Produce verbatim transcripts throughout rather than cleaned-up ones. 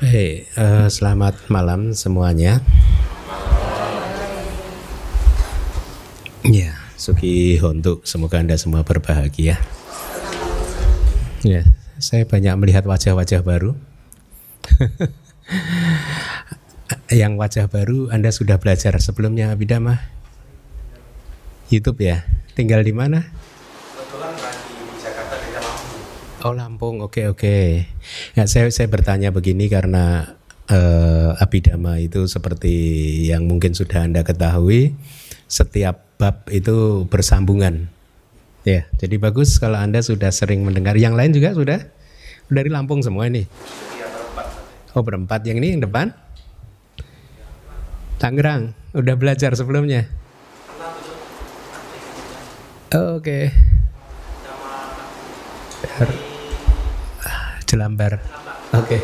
Hei, uh, selamat malam semuanya. Ya, Suki Hontu, semoga Anda semua berbahagia. Ya, saya banyak melihat wajah-wajah baru. Yang wajah baru Anda sudah belajar sebelumnya, Abhidhamma? YouTube ya? Tinggal di mana? Kebetulan lagi di Jakarta, di Lampung. Oh, Lampung, oke oke. Ya, saya saya bertanya begini karena uh, Abhidhamma itu seperti yang mungkin sudah Anda ketahui, setiap bab itu bersambungan. Ya, jadi bagus kalau Anda sudah sering mendengar. Yang lain juga sudah? Dari Lampung semua ini? Iya, berempat. Oh, berempat. Yang ini yang depan? Tangerang. Udah belajar sebelumnya? Oh, oke. Okay. Jelambar. Oke.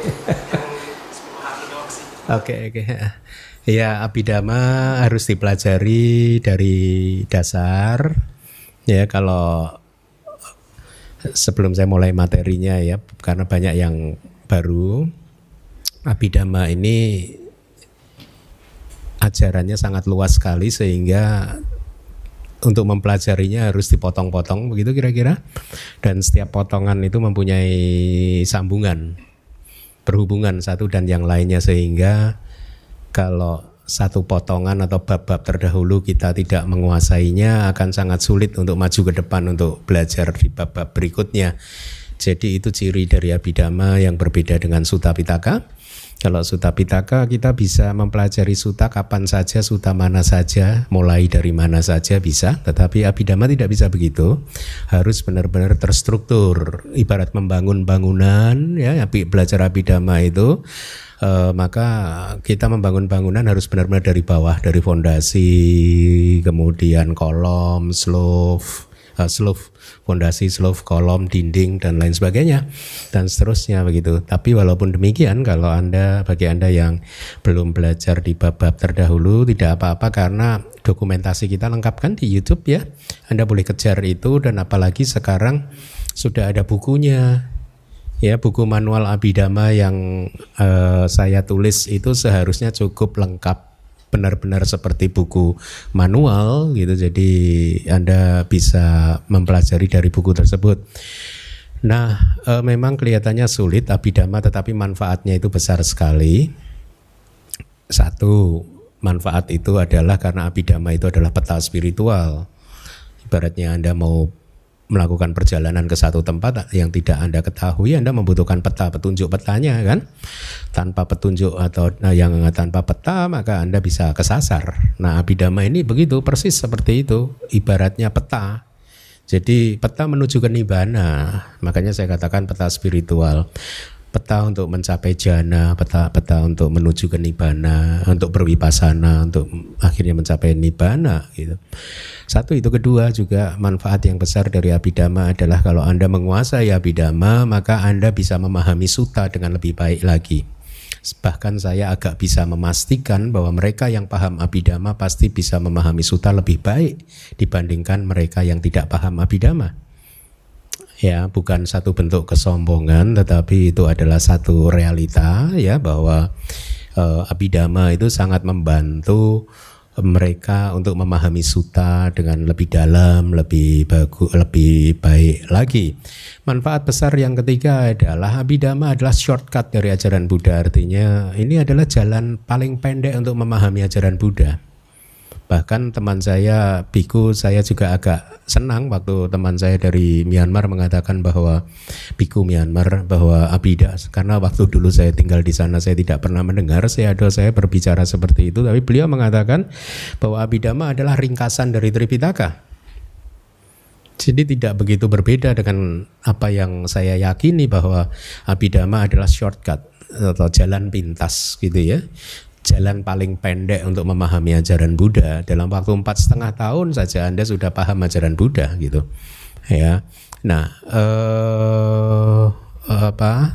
Oke, oke. Ya, Abhidhamma harus dipelajari dari dasar. Ya, kalau sebelum saya mulai materinya ya, karena banyak yang baru. Abhidhamma ini ajarannya sangat luas sekali sehingga untuk mempelajarinya harus dipotong-potong begitu kira-kira, dan setiap potongan itu mempunyai sambungan, berhubungan satu dan yang lainnya, sehingga kalau satu potongan atau bab-bab terdahulu kita tidak menguasainya akan sangat sulit untuk maju ke depan untuk belajar di bab-bab berikutnya. Jadi itu ciri dari Abhidhamma yang berbeda dengan Sutta Pitaka. Kalau Sutta Pitaka kita bisa mempelajari sutta kapan saja, sutta mana saja, mulai dari mana saja bisa. Tetapi Abhidhamma tidak bisa begitu, harus benar-benar terstruktur. Ibarat membangun bangunan, ya, belajar Abhidhamma itu, eh, maka kita membangun bangunan harus benar-benar dari bawah, dari fondasi, kemudian kolom, slope, uh, slope, fondasi, slope, kolom, dinding dan lain sebagainya dan seterusnya begitu. Tapi walaupun demikian, kalau Anda, bagi Anda yang belum belajar di bab-bab terdahulu, tidak apa-apa karena dokumentasi kita lengkap kan di YouTube ya. Anda boleh kejar itu, dan apalagi sekarang sudah ada bukunya. Ya, buku manual Abhidhamma yang uh, saya tulis itu seharusnya cukup lengkap, benar-benar seperti buku manual gitu. Jadi Anda bisa mempelajari dari buku tersebut. Nah, e, memang kelihatannya sulit Abhidhamma, tetapi manfaatnya itu besar sekali. Satu, manfaat itu adalah karena Abhidhamma itu adalah peta spiritual. Ibaratnya Anda mau melakukan perjalanan ke satu tempat yang tidak Anda ketahui, Anda membutuhkan peta, petunjuk petanya kan. Tanpa petunjuk atau nah, yang tanpa peta maka Anda bisa kesasar. Nah, Abhidhamma ini begitu, persis seperti itu, ibaratnya peta. Jadi peta menuju ke nibbana, makanya saya katakan peta spiritual. Peta untuk mencapai jhana, peta-peta untuk menuju ke nibbana, untuk berwipasana, untuk akhirnya mencapai nibbana gitu. Satu itu. Kedua juga manfaat yang besar dari Abhidhamma adalah kalau Anda menguasai Abhidhamma maka Anda bisa memahami sutta dengan lebih baik lagi. Bahkan saya agak bisa memastikan bahwa mereka yang paham Abhidhamma pasti bisa memahami sutta lebih baik dibandingkan mereka yang tidak paham Abhidhamma. Ya, bukan satu bentuk kesombongan, tetapi itu adalah satu realita ya, bahwa uh, Abhidhamma itu sangat membantu mereka untuk memahami sutta dengan lebih dalam, lebih bagus, lebih baik lagi. Manfaat besar yang ketiga adalah Abhidhamma adalah shortcut dari ajaran Buddha. Artinya ini adalah jalan paling pendek untuk memahami ajaran Buddha. Bahkan teman saya, biku, saya juga agak senang waktu teman saya dari Myanmar mengatakan bahwa biku Myanmar, bahwa Abhidhamma, karena waktu dulu saya tinggal di sana saya tidak pernah mendengar seado saya berbicara seperti itu, tapi beliau mengatakan bahwa Abhidhamma adalah ringkasan dari Tripitaka. Jadi tidak begitu berbeda dengan apa yang saya yakini, bahwa Abhidhamma adalah shortcut atau jalan pintas gitu ya. Jalan paling pendek untuk memahami ajaran Buddha. Dalam waktu empat setengah tahun saja Anda sudah paham ajaran Buddha gitu ya. Nah, eh, apa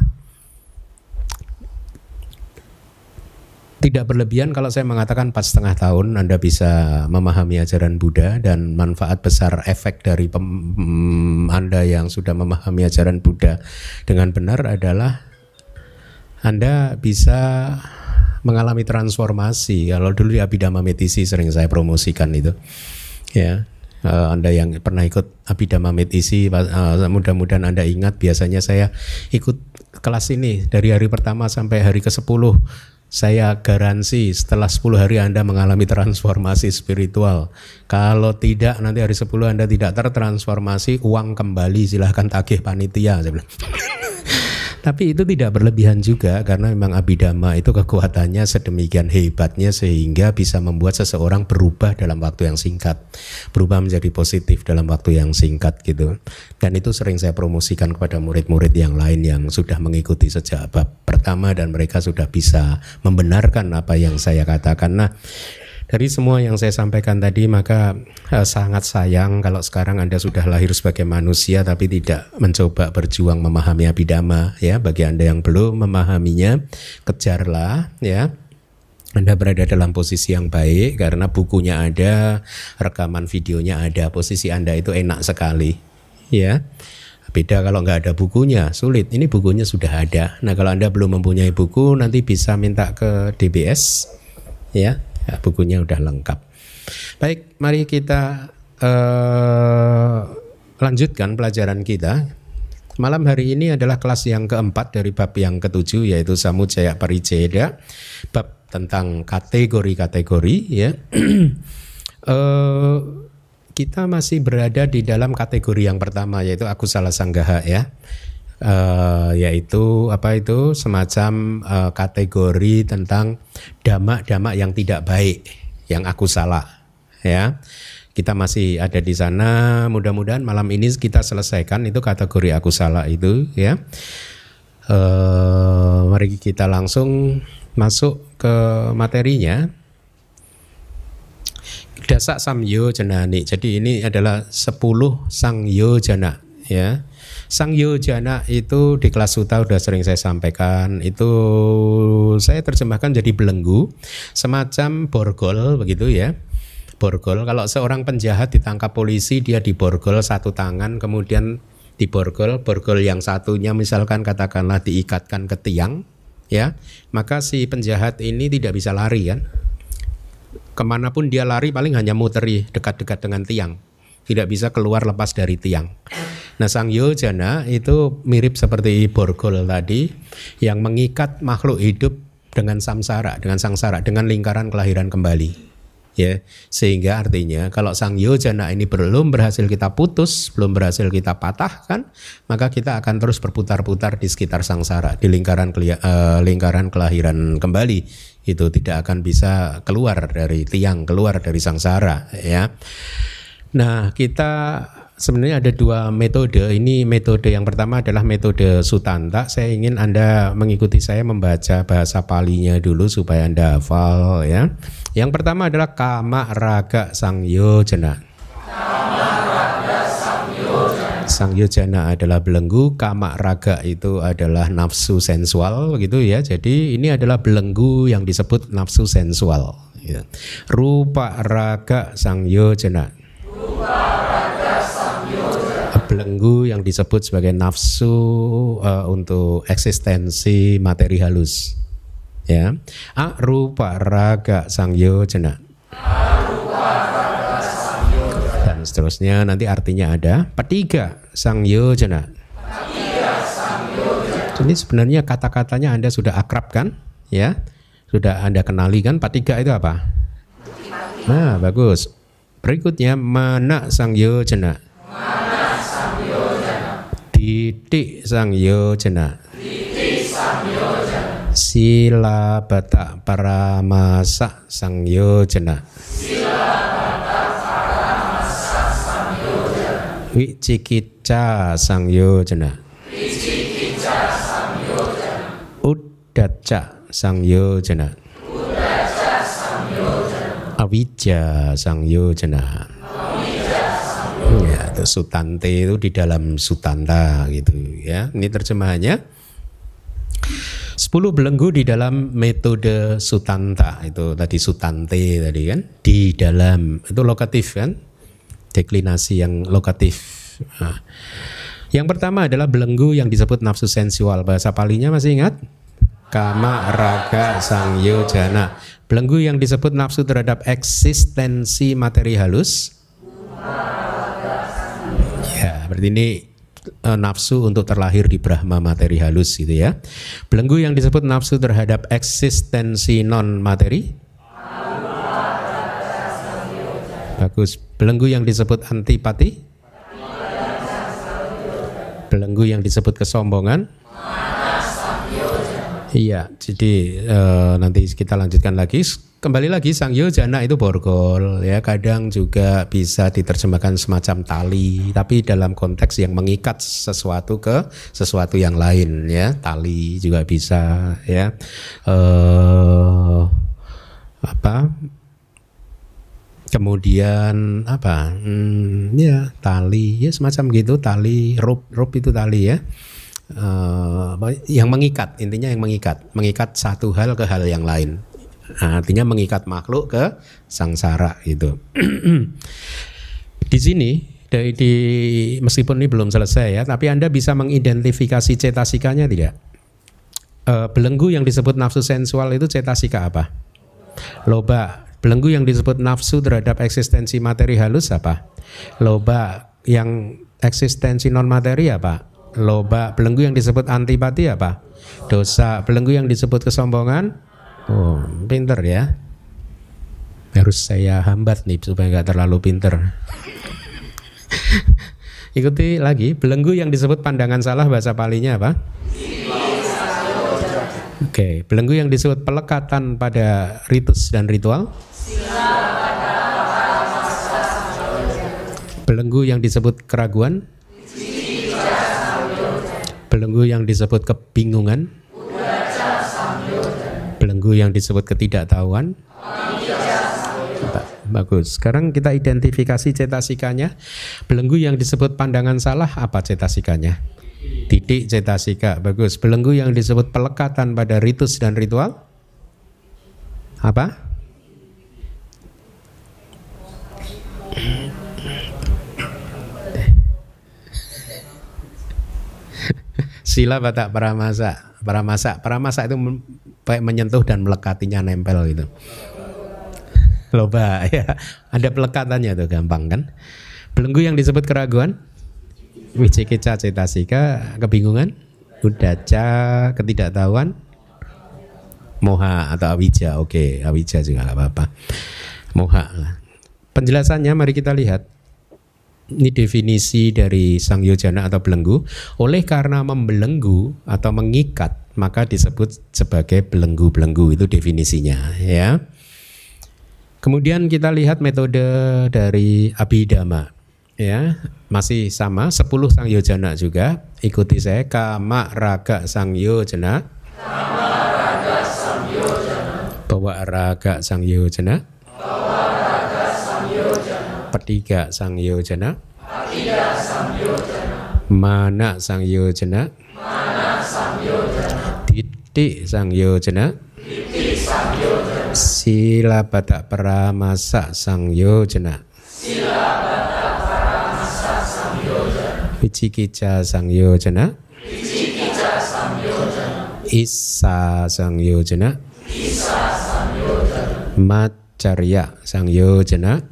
tidak berlebihan kalau saya mengatakan empat setengah tahun Anda bisa memahami ajaran Buddha, dan manfaat besar efek dari pem, Anda yang sudah memahami ajaran Buddha dengan benar adalah Anda bisa mengalami transformasi. Kalau dulu di Abhidhamma Medisi sering saya promosikan itu, ya. Uh, Anda yang pernah ikut Abhidhamma Medisi, uh, mudah-mudahan Anda ingat. Biasanya saya ikut kelas ini dari hari pertama sampai hari ke sepuluh. Saya garansi setelah sepuluh hari Anda mengalami transformasi spiritual. Kalau tidak, nanti hari sepuluh Anda tidak tertransformasi, uang kembali, silahkan tagih panitia. Saya bilang. Tapi itu tidak berlebihan juga, karena memang Abhidhamma itu kekuatannya sedemikian hebatnya sehingga bisa membuat seseorang berubah dalam waktu yang singkat, berubah menjadi positif dalam waktu yang singkat gitu. Dan itu sering saya promosikan kepada murid-murid yang lain yang sudah mengikuti sejak bab pertama dan mereka sudah bisa membenarkan apa yang saya katakan. Nah, dari semua yang saya sampaikan tadi, maka eh, sangat sayang kalau sekarang Anda sudah lahir sebagai manusia tapi tidak mencoba berjuang memahami Abhidhamma, ya. Bagi Anda yang belum memahaminya, kejarlah, ya. Anda berada dalam posisi yang baik karena bukunya ada, rekaman videonya ada, posisi Anda itu enak sekali, ya. Beda kalau nggak ada bukunya, sulit. Ini bukunya sudah ada. Nah, kalau Anda belum mempunyai buku, nanti bisa minta ke D B S, ya. Ya, bukunya udah lengkap. Baik, mari kita uh, lanjutkan pelajaran kita. Malam hari ini adalah kelas yang keempat dari bab yang ketujuh, yaitu Samujaya Pariceda, bab tentang kategori-kategori, ya. uh, kita masih berada di dalam kategori yang pertama, yaitu akusala sanggaha, ya. Uh, yaitu apa itu semacam uh, kategori tentang dhamma-dhamma yang tidak baik, yang akusala, ya. Kita masih ada di sana. Mudah-mudahan malam ini kita selesaikan itu kategori akusala itu, ya. Uh, mari kita langsung masuk ke materinya. Dasa samyojanani. Jadi ini adalah sepuluh sangyojana, ya. Sangyojana itu di kelas Sutta sudah sering saya sampaikan. Itu saya terjemahkan jadi belenggu, semacam borgol begitu, ya. Borgol, kalau seorang penjahat ditangkap polisi, dia diborgol satu tangan, kemudian diborgol, borgol yang satunya misalkan katakanlah diikatkan ke tiang, ya. Maka si penjahat ini tidak bisa lari, kan. Kemanapun dia lari paling hanya muteri dekat-dekat dengan tiang, tidak bisa keluar lepas dari tiang. Nah, sangyojana itu mirip seperti borgol tadi yang mengikat makhluk hidup dengan samsara, dengan sangsara, dengan lingkaran kelahiran kembali, ya. Sehingga artinya kalau sangyojana ini belum berhasil kita putus, belum berhasil kita patahkan, maka kita akan terus berputar-putar di sekitar sangsara, di lingkaran uh, lingkaran kelahiran kembali. Itu tidak akan bisa keluar dari tiang, keluar dari sangsara, ya. Nah, kita sebenarnya ada dua metode. Ini metode yang pertama adalah metode Sutanta. Saya ingin Anda mengikuti saya membaca bahasa Palinya dulu supaya Anda hafal, ya. Yang pertama adalah Kama Raga Sangyojana. Kama Raga Sangyojana. Sangyojana adalah belenggu, Kama Raga itu adalah nafsu sensual, begitu, ya. Jadi ini adalah belenggu yang disebut nafsu sensual, ya. Rupa Raga Sangyojana. Belenggu yang disebut sebagai nafsu uh, untuk eksistensi materi halus, ya. Arupa raga sangyojana. Dan seterusnya, nanti artinya ada. Patiga sangyojana. Ini sebenarnya kata-katanya Anda sudah akrab, kan, ya. Sudah Anda kenali, kan. Patiga itu apa? Nah, bagus. Berikutnya mana sangyojana. Titik sangyojana. Sila bata paramasa sangyojana. Wicikicca sangyojana. Uddaca sangyojana. Avijja sangyojana. Ya, itu sutante itu di dalam sutanta gitu, ya. Ini terjemahannya. Sepuluh belenggu di dalam metode sutanta, itu tadi sutante tadi, kan, di dalam, itu lokatif, kan, deklinasi yang lokatif. Nah, yang pertama adalah belenggu yang disebut nafsu sensual. Bahasa Palinya masih ingat? kama raga sangyojana. Belenggu yang disebut nafsu terhadap eksistensi materi halus. Ya, berarti ini e, nafsu untuk terlahir di Brahma materi halus gitu ya. Belenggu yang disebut nafsu terhadap eksistensi non materi. Bagus. Belenggu yang disebut antipati. Belenggu yang disebut kesombongan. Iya, jadi e, nanti kita lanjutkan lagi. Kembali lagi sangyojana itu borgol ya, kadang juga bisa diterjemahkan semacam tali, tapi dalam konteks yang mengikat sesuatu ke sesuatu yang lain ya. Tali juga bisa ya. E, apa? Kemudian apa? Hmm, ya tali ya semacam gitu, tali, rope, rope itu tali ya. Uh, yang mengikat, intinya yang mengikat, mengikat satu hal ke hal yang lain. Nah, artinya mengikat makhluk ke sangsara itu. Di sini, di, di, meskipun ini belum selesai ya, tapi Anda bisa mengidentifikasi cetasikanya tidak? Uh, belenggu yang disebut nafsu sensual itu cetasika apa? Loba. Belenggu yang disebut nafsu terhadap eksistensi materi halus apa? Loba. Yang eksistensi non materi apa? Loba. Belenggu yang disebut antipati apa? Dosa. Belenggu yang disebut kesombongan. Oh, pinter ya. Harus saya hambat nih supaya nggak terlalu pinter. Ikuti lagi. Belenggu yang disebut pandangan salah, bahasa palinya apa? Oke. Okay. Belenggu yang disebut pelekatan pada ritus dan ritual. Belenggu yang disebut keraguan. Belenggu yang disebut kebingungan. Belenggu yang disebut ketidaktahuan. Bagus. Sekarang kita identifikasi cetasikanya. Belenggu yang disebut pandangan salah, apa cetasikanya? Titik cetasika. Bagus. Belenggu yang disebut pelekatan pada ritus dan ritual, apa? Sila bata paramasa. Paramasa, paramasa itu baik menyentuh dan melekatinya nempel gitu. Loba ya. Ada pelekatannya tuh, gampang kan? Belenggu yang disebut keraguan, wicikicca cetasika, kebingungan, udaca, ketidaktahuan, moha atau awija. Oke, awija juga enggak apa-apa. Moha lah. Penjelasannya mari kita lihat. Ini definisi dari sangyojana atau belenggu. Oleh karena membelenggu atau mengikat, maka disebut sebagai belenggu-belenggu. Itu definisinya ya. Kemudian kita lihat metode dari Abhidhamma ya. Masih sama, sepuluh sangyojana juga. Ikuti saya. Kama raga sangyojana. Kama raga sangyojana. Bawa raga sangyojana. Bawa raga sangyojana. Petiga sangyojana. Petiga sangyojana. Mana sangyojana. Mana sangyojana. Titik sangyojana. Titik sangyojana. Sila bata paramasa sangyojana. Sila bata paramasa sangyojana. Vicikicca sangyojana. Vicikicca sangyojana. Issa sangyojana. Issa sangyojana. Macarya sangyojana.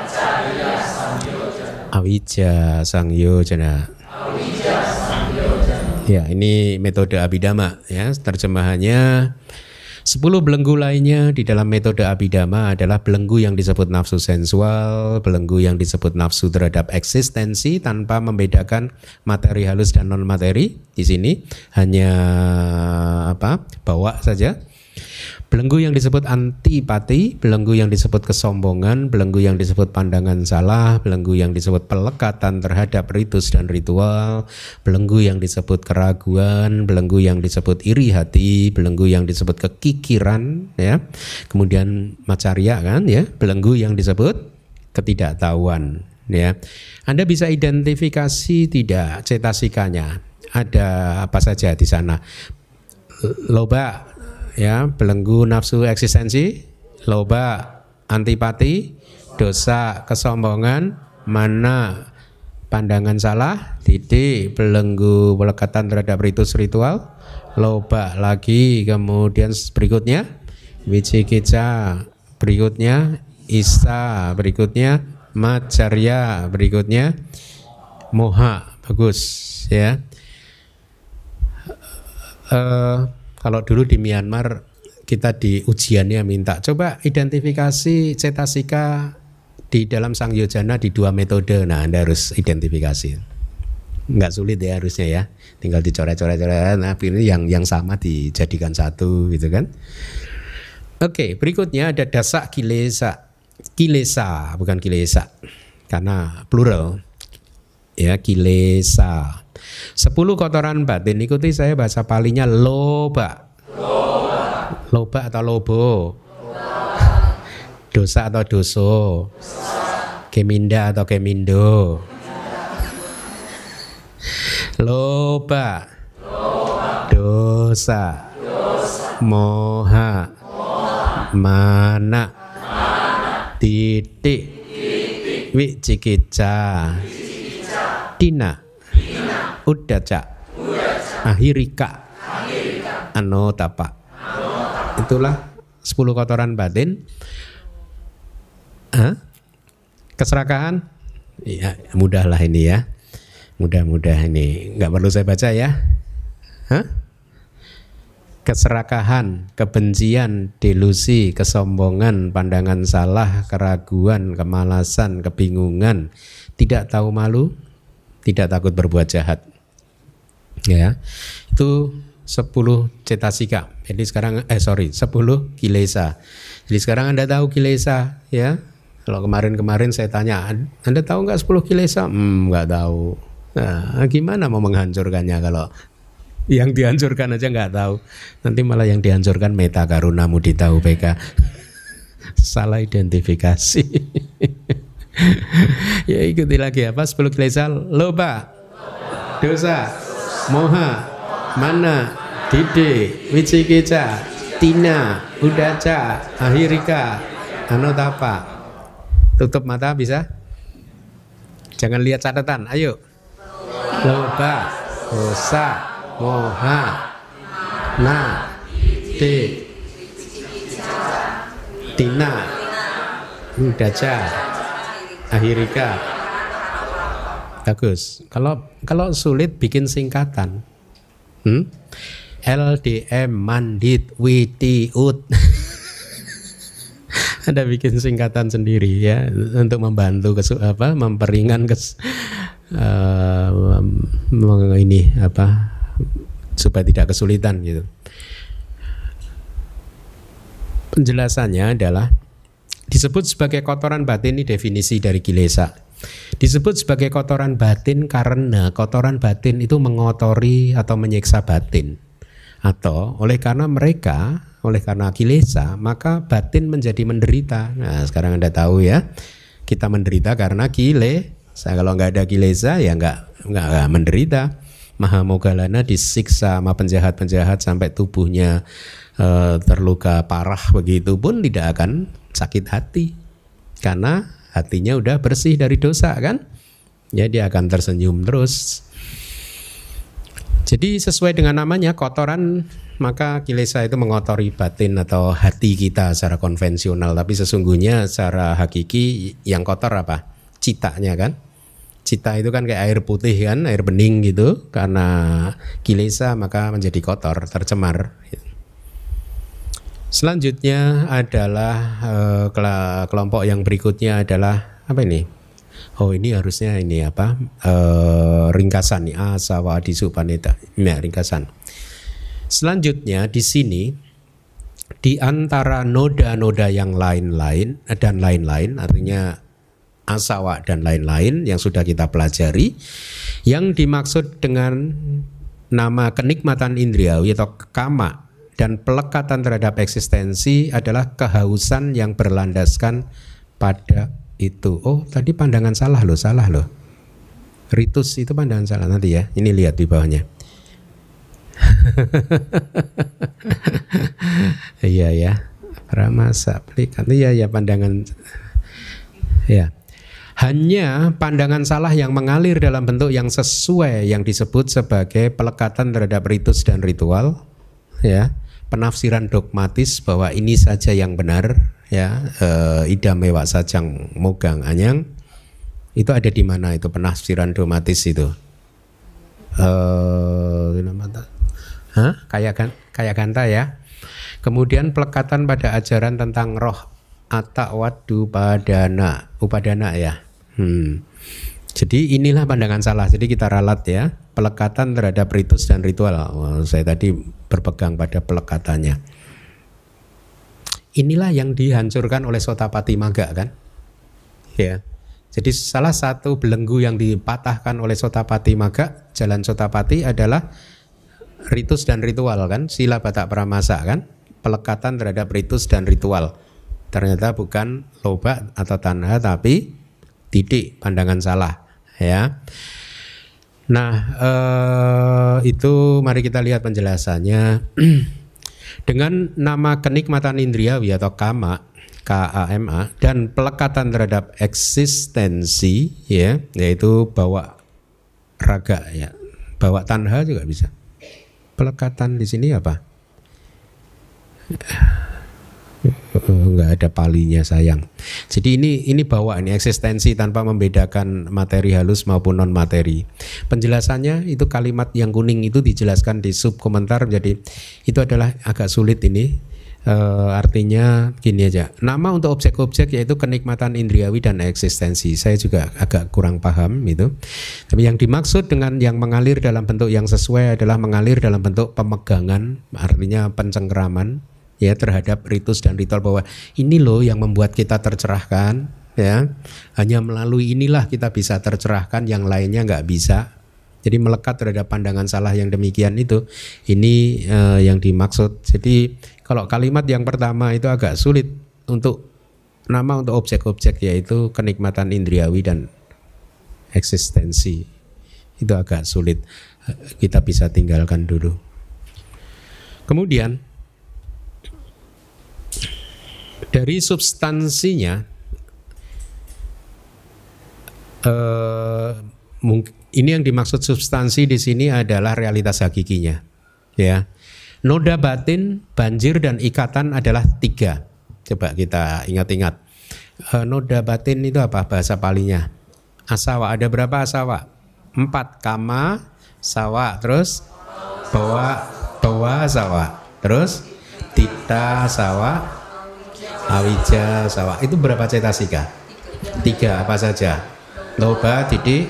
Awija sangyojana. Awija sangyojana. Ya, ini metode Abhidhamma ya. Terjemahannya sepuluh belenggu lainnya di dalam metode Abhidhamma adalah belenggu yang disebut nafsu sensual, belenggu yang disebut nafsu terhadap eksistensi tanpa membedakan materi halus dan non materi. Di sini hanya apa? Bawa saja. Belenggu yang disebut antipati, belenggu yang disebut kesombongan, belenggu yang disebut pandangan salah, belenggu yang disebut pelekatan terhadap ritus dan ritual, belenggu yang disebut keraguan, belenggu yang disebut iri hati, belenggu yang disebut kekikiran, ya. Kemudian macarya kan, ya, belenggu yang disebut ketidaktahuan, ya. Anda bisa identifikasi tidak cetasikanya? Ada apa saja di sana? Loba, ya, belenggu nafsu eksistensi, loba antipati, dosa kesombongan, mana pandangan salah, titik, belenggu pelekatan terhadap ritus ritual, loba lagi, kemudian berikutnya wicikicca, berikutnya isa, berikutnya macarya, berikutnya moha. Bagus ya. Uh, kalau dulu di Myanmar kita di ujiannya minta coba identifikasi cetasika di dalam Sangyojana di dua metode. Nah, Anda harus identifikasi. Nggak sulit ya harusnya ya. Tinggal dicoret-coret-coret. Nah, ini yang yang sama dijadikan satu gitu kan. Oke, berikutnya ada dasa kilesa. Kilesa bukan kilesa karena plural. Ya, kilesa. Sepuluh kotoran batin. Ikuti saya bahasa palinya loba. Loba. Loba atau lobo. Loba. Dosa atau doso. Dosa. Keminda atau kemindo. Loba. Loba. Dosa. Dosa. Moha. Moha. Mana. Mana. Titik. Titik. Wicikicca. Wicikicca. Tina. Udaca, ahirika, anotapa. Itulah sepuluh kotoran batin. Hah? Keserakahan? Ya, mudahlah ini ya. Mudah-mudah ini. Nggak perlu saya baca ya. Hah? Keserakahan, kebencian, delusi, kesombongan, pandangan salah, keraguan, kemalasan, kebingungan, tidak tahu malu, tidak takut berbuat jahat. Ya, itu sepuluh cetasika. Jadi sekarang eh sorry sepuluh kilesa. Jadi sekarang Anda tahu kilesa ya. Kalau kemarin-kemarin saya tanya, Anda tahu nggak sepuluh kilesa? Hmm, nggak tahu. Nah, gimana mau menghancurkannya kalau yang dihancurkan aja nggak tahu? Nanti malah yang dihancurkan meta karuna mudita U P K. Salah identifikasi. Ya ikuti lagi apa sepuluh kilesa. Loba, dosa, moha, mana, dide, wicikicca, tina, udaca, ahirika, anotapa. Tutup mata bisa? Jangan lihat catatan. Ayo. Loba, dosa, moha, na, de, tina, udaca, ahirika. Bagus. Kalau kalau sulit bikin singkatan. Hmm? L D M Mandit Witi Ut. Anda bikin singkatan sendiri ya untuk membantu kesu, apa memperingan kes, uh, ini apa supaya tidak kesulitan gitu. Penjelasannya adalah disebut sebagai kotoran batin, ini definisi dari kilesa. Disebut sebagai kotoran batin karena kotoran batin itu mengotori atau menyiksa batin. Atau oleh karena mereka, oleh karena kilesa, maka batin menjadi menderita. Nah sekarang Anda tahu ya, kita menderita karena kilesa. Kalau nggak ada kilesa ya nggak, nggak, nggak menderita. Mahamogalana disiksa sama penjahat-penjahat sampai tubuhnya e, terluka parah, begitu pun tidak akan sakit hati. Karena hatinya udah bersih dari dosa kan. Ya dia akan tersenyum terus. Jadi sesuai dengan namanya kotoran, maka kilesa itu mengotori batin atau hati kita secara konvensional. Tapi sesungguhnya secara hakiki yang kotor apa? Citanya kan. Cita itu kan kayak air putih kan, air bening gitu. Karena kilesa maka menjadi kotor, tercemar. Selanjutnya adalah eh, kelompok yang berikutnya adalah apa ini? Oh ini harusnya ini apa e, ringkasan nih asawadi supaneta ya, ringkasan. Selanjutnya di sini di antara noda-noda yang lain-lain dan lain-lain, artinya asawa dan lain-lain yang sudah kita pelajari, yang dimaksud dengan nama kenikmatan indriawi atau kama dan pelekatan terhadap eksistensi adalah kehausan yang berlandaskan pada itu. Oh tadi pandangan salah loh, salah loh. Ritus itu pandangan salah nanti ya. Ini lihat di bawahnya. Iya ya. Pramasa plikan. Iya ya pandangan. Ya. Hanya pandangan salah yang mengalir dalam bentuk yang sesuai yang disebut sebagai pelekatan terhadap ritus dan ritual, ya, penafsiran dogmatis bahwa ini saja yang benar, ya, e, idam mewak sajang mogang anyang, itu ada di mana itu penafsiran dogmatis itu? Eh, Hah? Kayak kan, kayak ganta ya. Kemudian pelekatan pada ajaran tentang roh atawadu upadana, upadana ya. Hmm. Jadi inilah pandangan salah. Jadi kita ralat ya, pelekatan terhadap ritus dan ritual. Oh, saya tadi berpegang pada pelekatannya. Inilah yang dihancurkan oleh Sotapati Magga kan? Ya. Jadi salah satu belenggu yang dipatahkan oleh Sotapati Magga, jalan Sotapati adalah ritus dan ritual kan? Sila Batak Pramasa kan? Pelekatan terhadap ritus dan ritual. Ternyata bukan loba atau tanha tapi titik, pandangan salah ya. Nah eh, itu mari kita lihat penjelasannya. Dengan nama kenikmatan indriawi atau kama, K A M A, dan pelekatan terhadap eksistensi ya, yaitu bawa raga ya, bawa tanha juga bisa. Pelekatan di sini apa? Enggak ada palinya sayang. Jadi ini ini bawa ini eksistensi tanpa membedakan materi halus maupun non materi. Penjelasannya itu kalimat yang kuning itu dijelaskan di sub komentar. Jadi itu adalah agak sulit ini. E, artinya gini aja. Nama untuk objek-objek yaitu kenikmatan indriawi dan eksistensi. Saya juga agak kurang paham itu. Tapi yang dimaksud dengan yang mengalir dalam bentuk yang sesuai adalah mengalir dalam bentuk pemegangan, artinya pencengkeraman ya terhadap ritus dan ritual, bahwa ini loh yang membuat kita tercerahkan ya, hanya melalui inilah kita bisa tercerahkan, yang lainnya nggak bisa. Jadi melekat terhadap pandangan salah yang demikian itu, ini eh, yang dimaksud. Jadi kalau kalimat yang pertama itu agak sulit untuk nama untuk objek-objek, yaitu kenikmatan indriawi dan eksistensi, itu agak sulit, kita bisa tinggalkan dulu. Kemudian dari substansinya, eh, mungkin ini yang dimaksud substansi di sini adalah realitas hakikinya, ya. Noda batin, banjir dan ikatan adalah tiga. Coba kita ingat-ingat. Eh, noda batin itu apa bahasa palinya? Asawa. Ada berapa asawa? Empat. Kama, sawa, terus bawa, bawa sawa, terus tita sawa, awija sawa. Itu berapa cetasika? Tiga. Apa saja? Loba, tidik,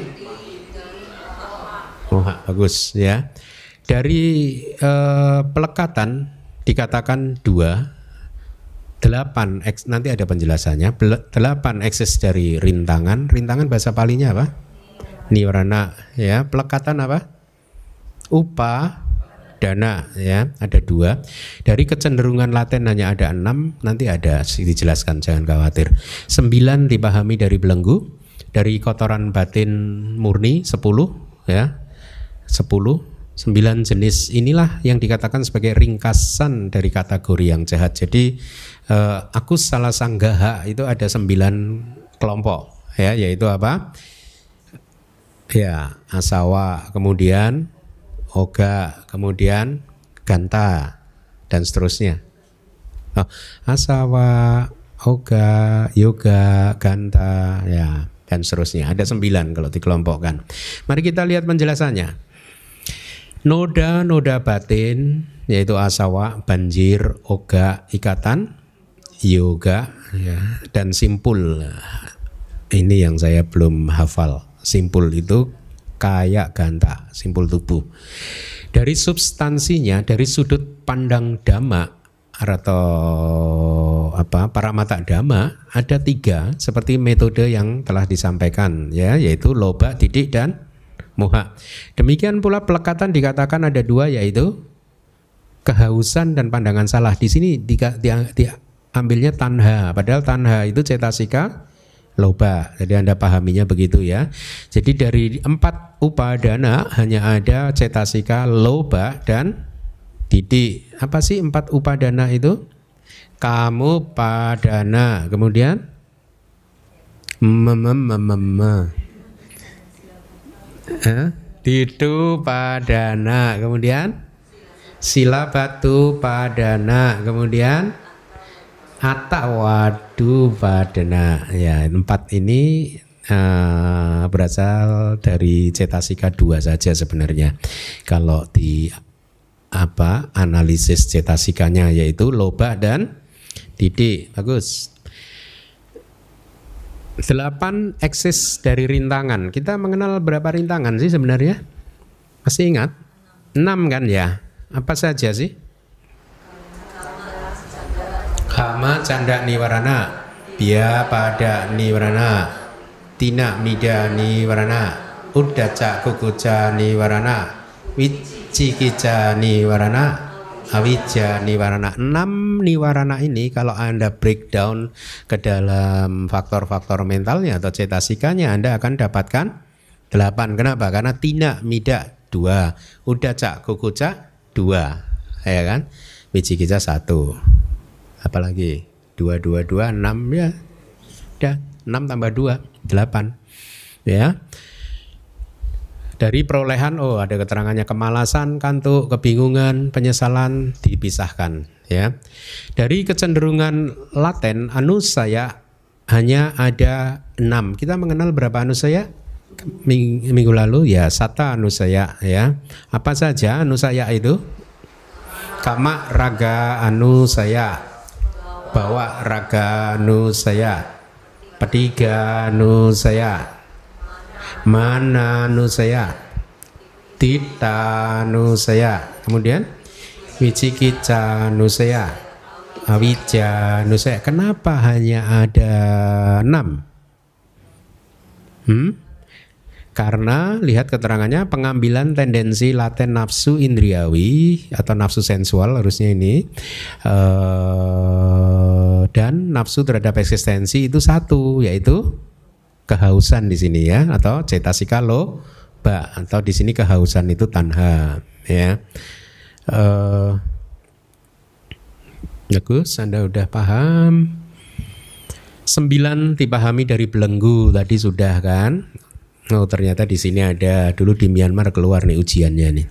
moha. Bagus ya. Dari eh, pelekatan dikatakan dua, delapan eks, nanti ada penjelasannya. Delapan eksis dari rintangan. Rintangan bahasa palinya apa? Niwarana ya. Pelekatan apa? Upa dana ya, ada dua. Dari kecenderungan laten hanya ada enam, nanti ada dijelaskan, jangan khawatir. Sembilan dipahami dari belenggu, dari kotoran batin murni sepuluh ya, sepuluh. Sembilan jenis inilah yang dikatakan sebagai ringkasan dari kategori yang jahat. Jadi eh, aku salah sanggaha itu ada sembilan kelompok ya, yaitu apa? Ya, asawa, kemudian oga, kemudian ganta, dan seterusnya. Oh, asawa, oga, yoga, ganta, ya, dan seterusnya. Ada sembilan kalau dikelompokkan. Mari kita lihat penjelasannya. Noda-noda batin yaitu asawa, banjir, oga, ikatan, yoga, ya, dan simpul. Ini yang saya belum hafal. Simpul itu kayak ganta, simpul tubuh. Dari substansinya, dari sudut pandang dhamma atau apa paramata dhamma, ada tiga seperti metode yang telah disampaikan ya, yaitu loba, tidik, dan moha. Demikian pula pelekatan dikatakan ada dua, yaitu kehausan dan pandangan salah. Di sini diambilnya tanha, padahal tanha itu cetasika loba. Jadi Anda pahaminya begitu ya. Jadi dari empat upadana hanya ada cetasika loba dan tidik. Apa sih empat upadana itu? Kamu padana, kemudian Mememememe. Eh? Ditu padana, kemudian silabatu padana, kemudian atta wadu padana. Ya, empat ini uh, berasal dari cetasika dua saja sebenarnya. Kalau di apa analisis cetasikanya yaitu loba dan didik. Bagus. Delapan eksis dari rintangan. Kita mengenal berapa rintangan sih sebenarnya? Masih ingat? Enam kan ya? Apa saja sih? Kama, canda, niwarana. Bia, pada, niwarana. Tina, mida, niwarana. Uddaca, kukuca, niwarana. Wicikica, niwarana. Awija, niwarana. Enam niwarana ini kalau Anda breakdown ke dalam faktor-faktor mentalnya atau cetasikanya, Anda akan dapatkan delapan. Kenapa? Karena tina, mida, dua. Uddaca, kukuca, dua. Ya kan? Wicikica, satu. Apalagi? Dua, dua, dua, enam. Ya, udah. Enam tambah dua, delapan. Ya. Dari perolehan, oh ada keterangannya kemalasan, kantuk, kebingungan, penyesalan dipisahkan. Ya, dari kecenderungan laten anusaya hanya ada enam. Kita mengenal berapa anusaya minggu lalu ya, sata anusaya ya. Apa saja anusaya itu? Kama raga anusaya, bawa raga anusaya, petiga anusaya, mana nusaya, tita nusaya, kemudian wicikica nusaya, awija nusaya. Kenapa hanya ada enam? Hmm? Karena lihat keterangannya pengambilan tendensi laten nafsu indriawi atau nafsu sensual harusnya ini uh, dan nafsu terhadap eksistensi itu satu, yaitu kehausan di sini ya, atau cetasika loba, atau di sini kehausan itu tanha ya. Uh, bagus, Anda udah paham. Sembilan dipahami dari belenggu tadi sudah kan? Oh ternyata di sini ada, dulu di Myanmar keluar nih ujiannya nih.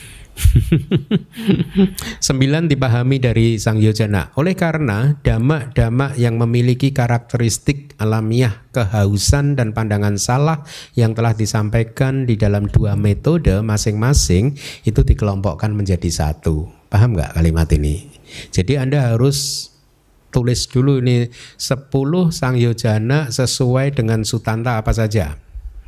Sembilan dipahami dari Sangyojana. Oleh karena dhamma-dhamma yang memiliki karakteristik alamiah kehausan dan pandangan salah yang telah disampaikan di dalam dua metode masing-masing itu dikelompokkan menjadi satu. Paham nggak kalimat ini? Jadi Anda harus tulis dulu ini sepuluh Sangyojana sesuai dengan sutanta apa saja.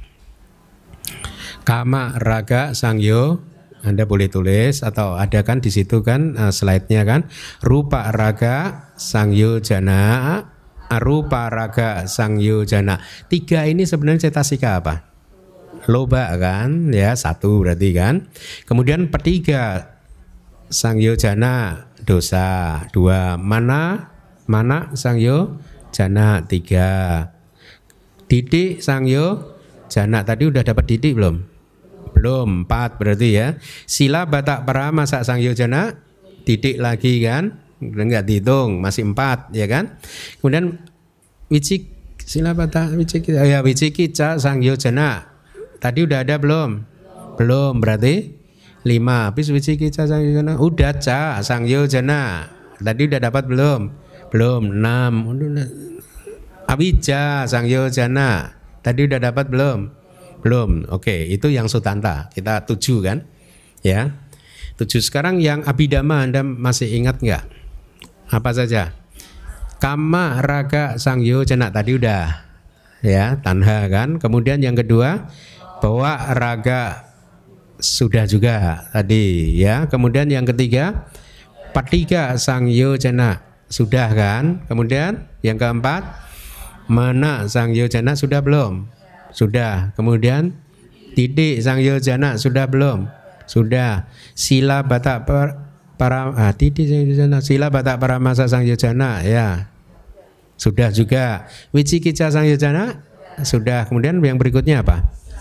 Kama, raga, sangyo, Anda boleh tulis atau ada kan di situ kan uh, slide-nya kan, rupa raga sangyojana, arupa raga sangyojana. Tiga ini sebenarnya cetasika apa? Loba kan, ya satu berarti kan. Kemudian petiga sangyojana dosa, dua mana mana sangyojana, tiga didik sangyojana. Tadi udah dapat didik belum? Belum, empat berarti ya. Sila bata paramasa sangyojana, didik lagi kan, enggak dihitung, masih empat ya kan. Kemudian wicik sila bata wicik ya wicikica sangyojana, tadi udah ada belum? Belum, berarti lima. Habis wicikica sangyojana, udah ca sangyojana, tadi udah dapat belum? Belum, enam. Awija sangyojana, tadi udah dapat belum? Belum. Oke, itu yang sutanta. Kita tujuh kan? Ya. Tujuh. Sekarang yang abhidhamma Anda masih ingat nggak? Apa saja? Kama, raga, sangyojana tadi udah. Ya, tanha kan? Kemudian yang kedua, bawa raga sudah juga tadi ya. Kemudian yang ketiga, patiga sangyojana sudah kan? Kemudian yang keempat, mana sangyojana sudah belum? Sudah. Kemudian didik sangyojana sudah belum? Sudah. Sila bata para ah, didik sangyojana, sila bata paramasa sangyojana ya. Sudah juga. Wicikica sangyojana sudah. Kemudian yang berikutnya apa?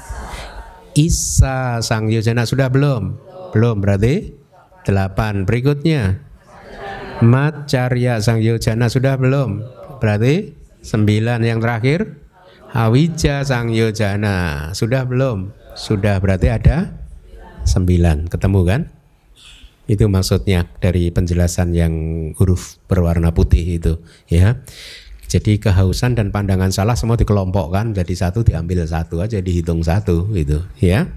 Isa sangyojana sudah belum? Belum, berarti delapan. Berikutnya Macarya sangyojana sudah belum? Berarti sembilan. Yang terakhir Awija Sangyojana. Sudah belum? Sudah, berarti ada sembilan. Ketemu kan? Itu maksudnya dari penjelasan yang huruf berwarna putih itu, ya. Jadi kehausan dan pandangan salah semua dikelompokkan jadi satu, diambil satu aja, dihitung satu gitu, ya.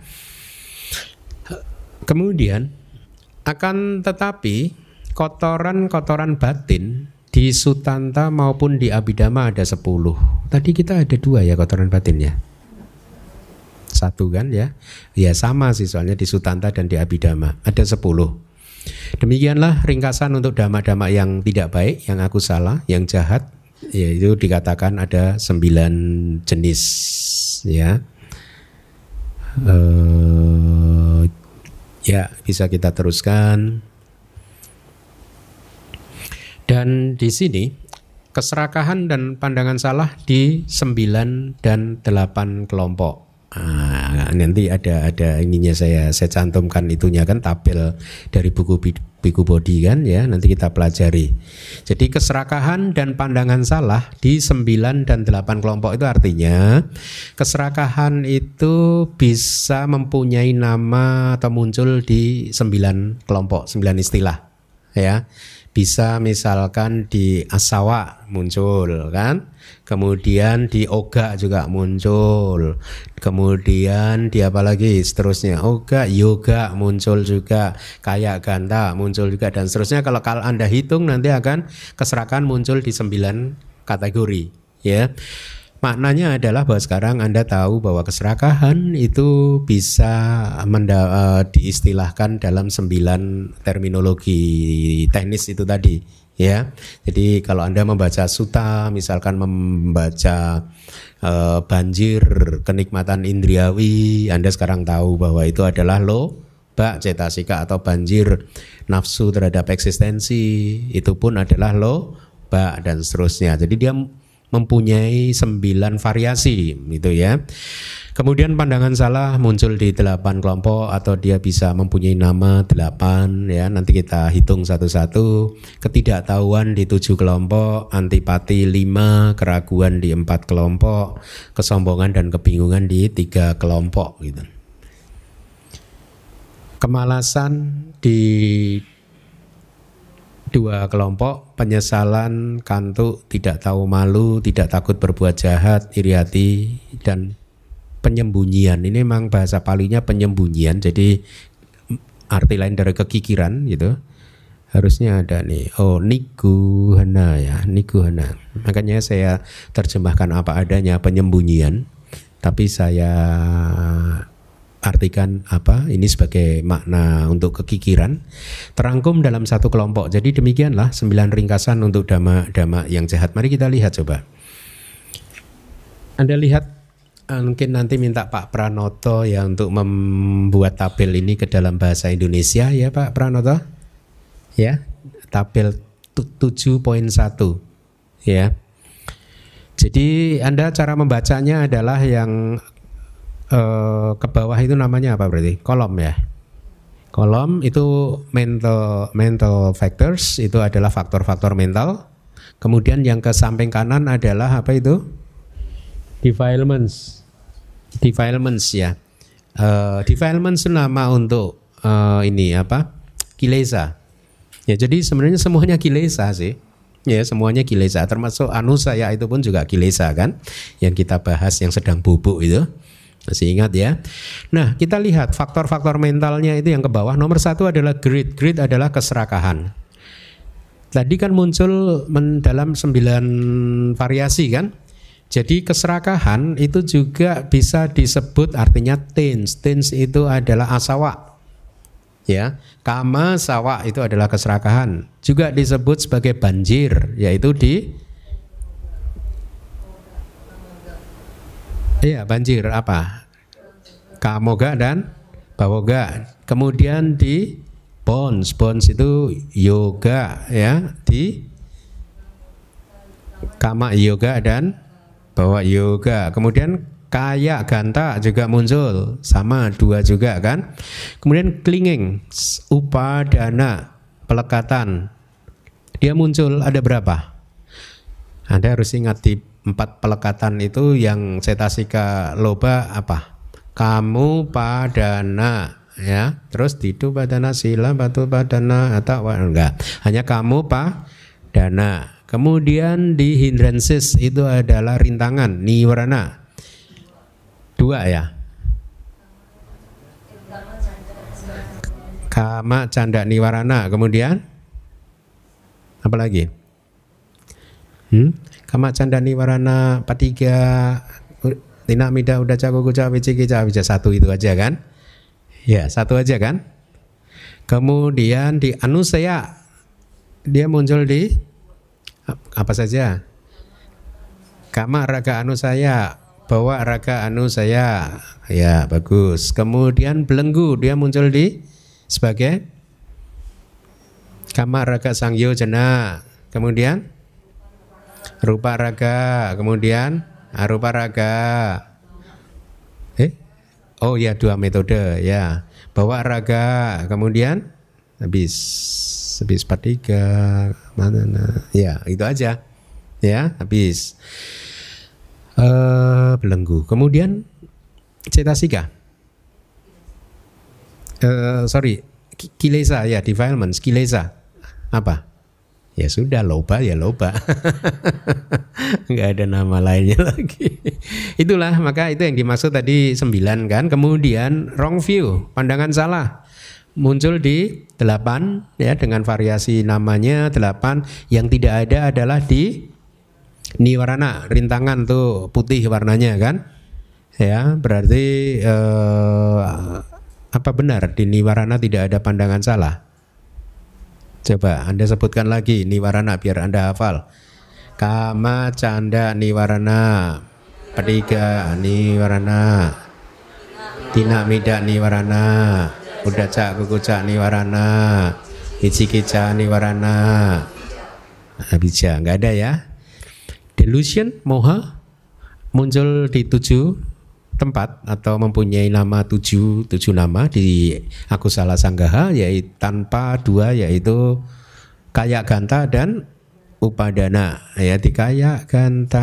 Kemudian akan tetapi kotoran-kotoran batin di Sutanta maupun di Abhidhamma ada sepuluh. Tadi kita ada dua ya kotoran batinnya. Satu kan ya. Ya sama sih soalnya di Sutanta dan di Abhidhamma ada sepuluh. Demikianlah ringkasan untuk dhamma-dhamma yang tidak baik, yang aku salah, yang jahat, yaitu dikatakan ada sembilan jenis ya. Uh, ya bisa kita teruskan. Dan di sini keserakahan dan pandangan salah di sembilan dan delapan kelompok. Nah, nanti ada ada ininya saya saya cantumkan itunya kan tabel dari buku Bhikkhu Bodhi kan ya, nanti kita pelajari. Jadi keserakahan dan pandangan salah di sembilan dan delapan kelompok itu artinya keserakahan itu bisa mempunyai nama atau muncul di sembilan kelompok, sembilan istilah ya. Bisa misalkan di asawa muncul kan, kemudian di oga juga muncul, kemudian di apa lagi seterusnya, oga yoga muncul juga, kaya ganta muncul juga, dan seterusnya. Kalau kalau Anda hitung nanti akan keserakahan muncul di sembilan kategori ya. Maknanya adalah bahwa sekarang Anda tahu bahwa keserakahan itu bisa menda- uh, diistilahkan dalam sembilan terminologi teknis itu tadi ya. Jadi kalau Anda membaca sutta, misalkan membaca uh, banjir kenikmatan indriawi, Anda sekarang tahu bahwa itu adalah lobha cetasika atau banjir nafsu terhadap eksistensi, itu pun adalah lobha dan seterusnya. Jadi dia mempunyai sembilan variasi itu ya. Kemudian pandangan salah muncul di delapan kelompok atau dia bisa mempunyai nama delapan ya. Nanti kita hitung satu-satu. Ketidaktahuan di tujuh kelompok, antipati lima, keraguan di empat kelompok, kesombongan dan kebingungan di tiga kelompok gitu. Kemalasan di dua kelompok, penyesalan, kantuk, tidak tahu malu, tidak takut berbuat jahat, iri hati, dan penyembunyian. Ini memang bahasa Palinya penyembunyian, jadi arti lain dari kekikiran gitu. Harusnya ada nih, oh niguhana ya, niguhana. Makanya saya terjemahkan apa adanya penyembunyian, tapi saya artikan apa ini sebagai makna untuk kekikiran terangkum dalam satu kelompok. Jadi demikianlah sembilan ringkasan untuk dhamma-dhamma yang jahat. Mari kita lihat coba. Anda lihat, mungkin nanti minta Pak Pranoto ya untuk membuat tabel ini ke dalam bahasa Indonesia ya Pak Pranoto. Ya, tabel tujuh poin satu ya. Jadi Anda cara membacanya adalah yang Uh, ke bawah itu namanya apa berarti? Kolom ya. Kolom itu mental mental factors, itu adalah faktor-faktor mental. Kemudian yang ke samping kanan adalah apa itu? Defilements. Defilements ya. Uh, defilements itu nama untuk uh, ini apa? Kilesa. Ya jadi sebenarnya semuanya kilesa sih. Ya semuanya kilesa, termasuk anusaya itu pun juga kilesa kan? Yang kita bahas yang sedang bubuk itu. Masih ingat ya. Nah kita lihat faktor-faktor mentalnya itu yang ke bawah. Nomor satu adalah greed. Greed adalah keserakahan. Tadi kan muncul men dalam sembilan variasi kan. Jadi keserakahan itu juga bisa disebut artinya tins. Tins itu adalah asawa. Ya, kama sawa itu adalah keserakahan. Juga disebut sebagai banjir, yaitu di Iya banjir apa? Kamoga dan bawoga. Kemudian di bonds, bonds itu yoga ya, di kama yoga dan bawa yoga. Kemudian kaya ganta juga muncul, sama dua juga kan. Kemudian clinging, upadana, pelekatan. Dia muncul ada berapa? Anda harus ingat di empat pelekatan itu yang cetasika loba apa? Kamu padana, ya. Terus didu padana, sila batu padana atau enggak? Hanya kamu padana. Kemudian di hindrances itu adalah rintangan, niwarana. Dua ya. Kama canda niwarana. Kemudian apa lagi? Hmm? Kama canda niwarana patiga tina mida udah cago kuca wicikica wija satu itu aja kan? Ya satu aja kan? Kemudian di anusaya dia muncul di apa saja? Kama raga anusaya, bawa raga anusaya, ya bagus. Kemudian belenggu dia muncul di sebagai kama raga sangyojana. Kemudian rupa raga, kemudian arupa raga. Eh, oh ya dua metode ya. Bawa raga, kemudian habis habis patiga mana? Ya itu aja. Ya habis. Uh, belenggu. Kemudian cetasika. Uh, sorry, kilesa ya, defilements, kilesa. Apa? Ya sudah, loba ya loba. Nggak ada nama lainnya lagi. Itulah, maka itu yang dimaksud tadi sembilan kan. Kemudian wrong view, pandangan salah, muncul di delapan ya, dengan variasi namanya delapan. Yang tidak ada adalah di niwarana, rintangan tuh putih warnanya kan. Ya, berarti eh, apa benar di niwarana tidak ada pandangan salah? Coba Anda sebutkan lagi niwarana biar Anda hafal. Kama canda niwarana, patiga niwarana, tina mida niwarana, udaca kukuca niwarana, wicikica niwarana. Abija nggak ada ya. Delusion, moha muncul di tujuh tempat atau mempunyai nama tujuh tujuh nama di akusala sanggaha, yaitu tanpa dua, yaitu kaya ganta dan upadana. Ya, di kaya ganta,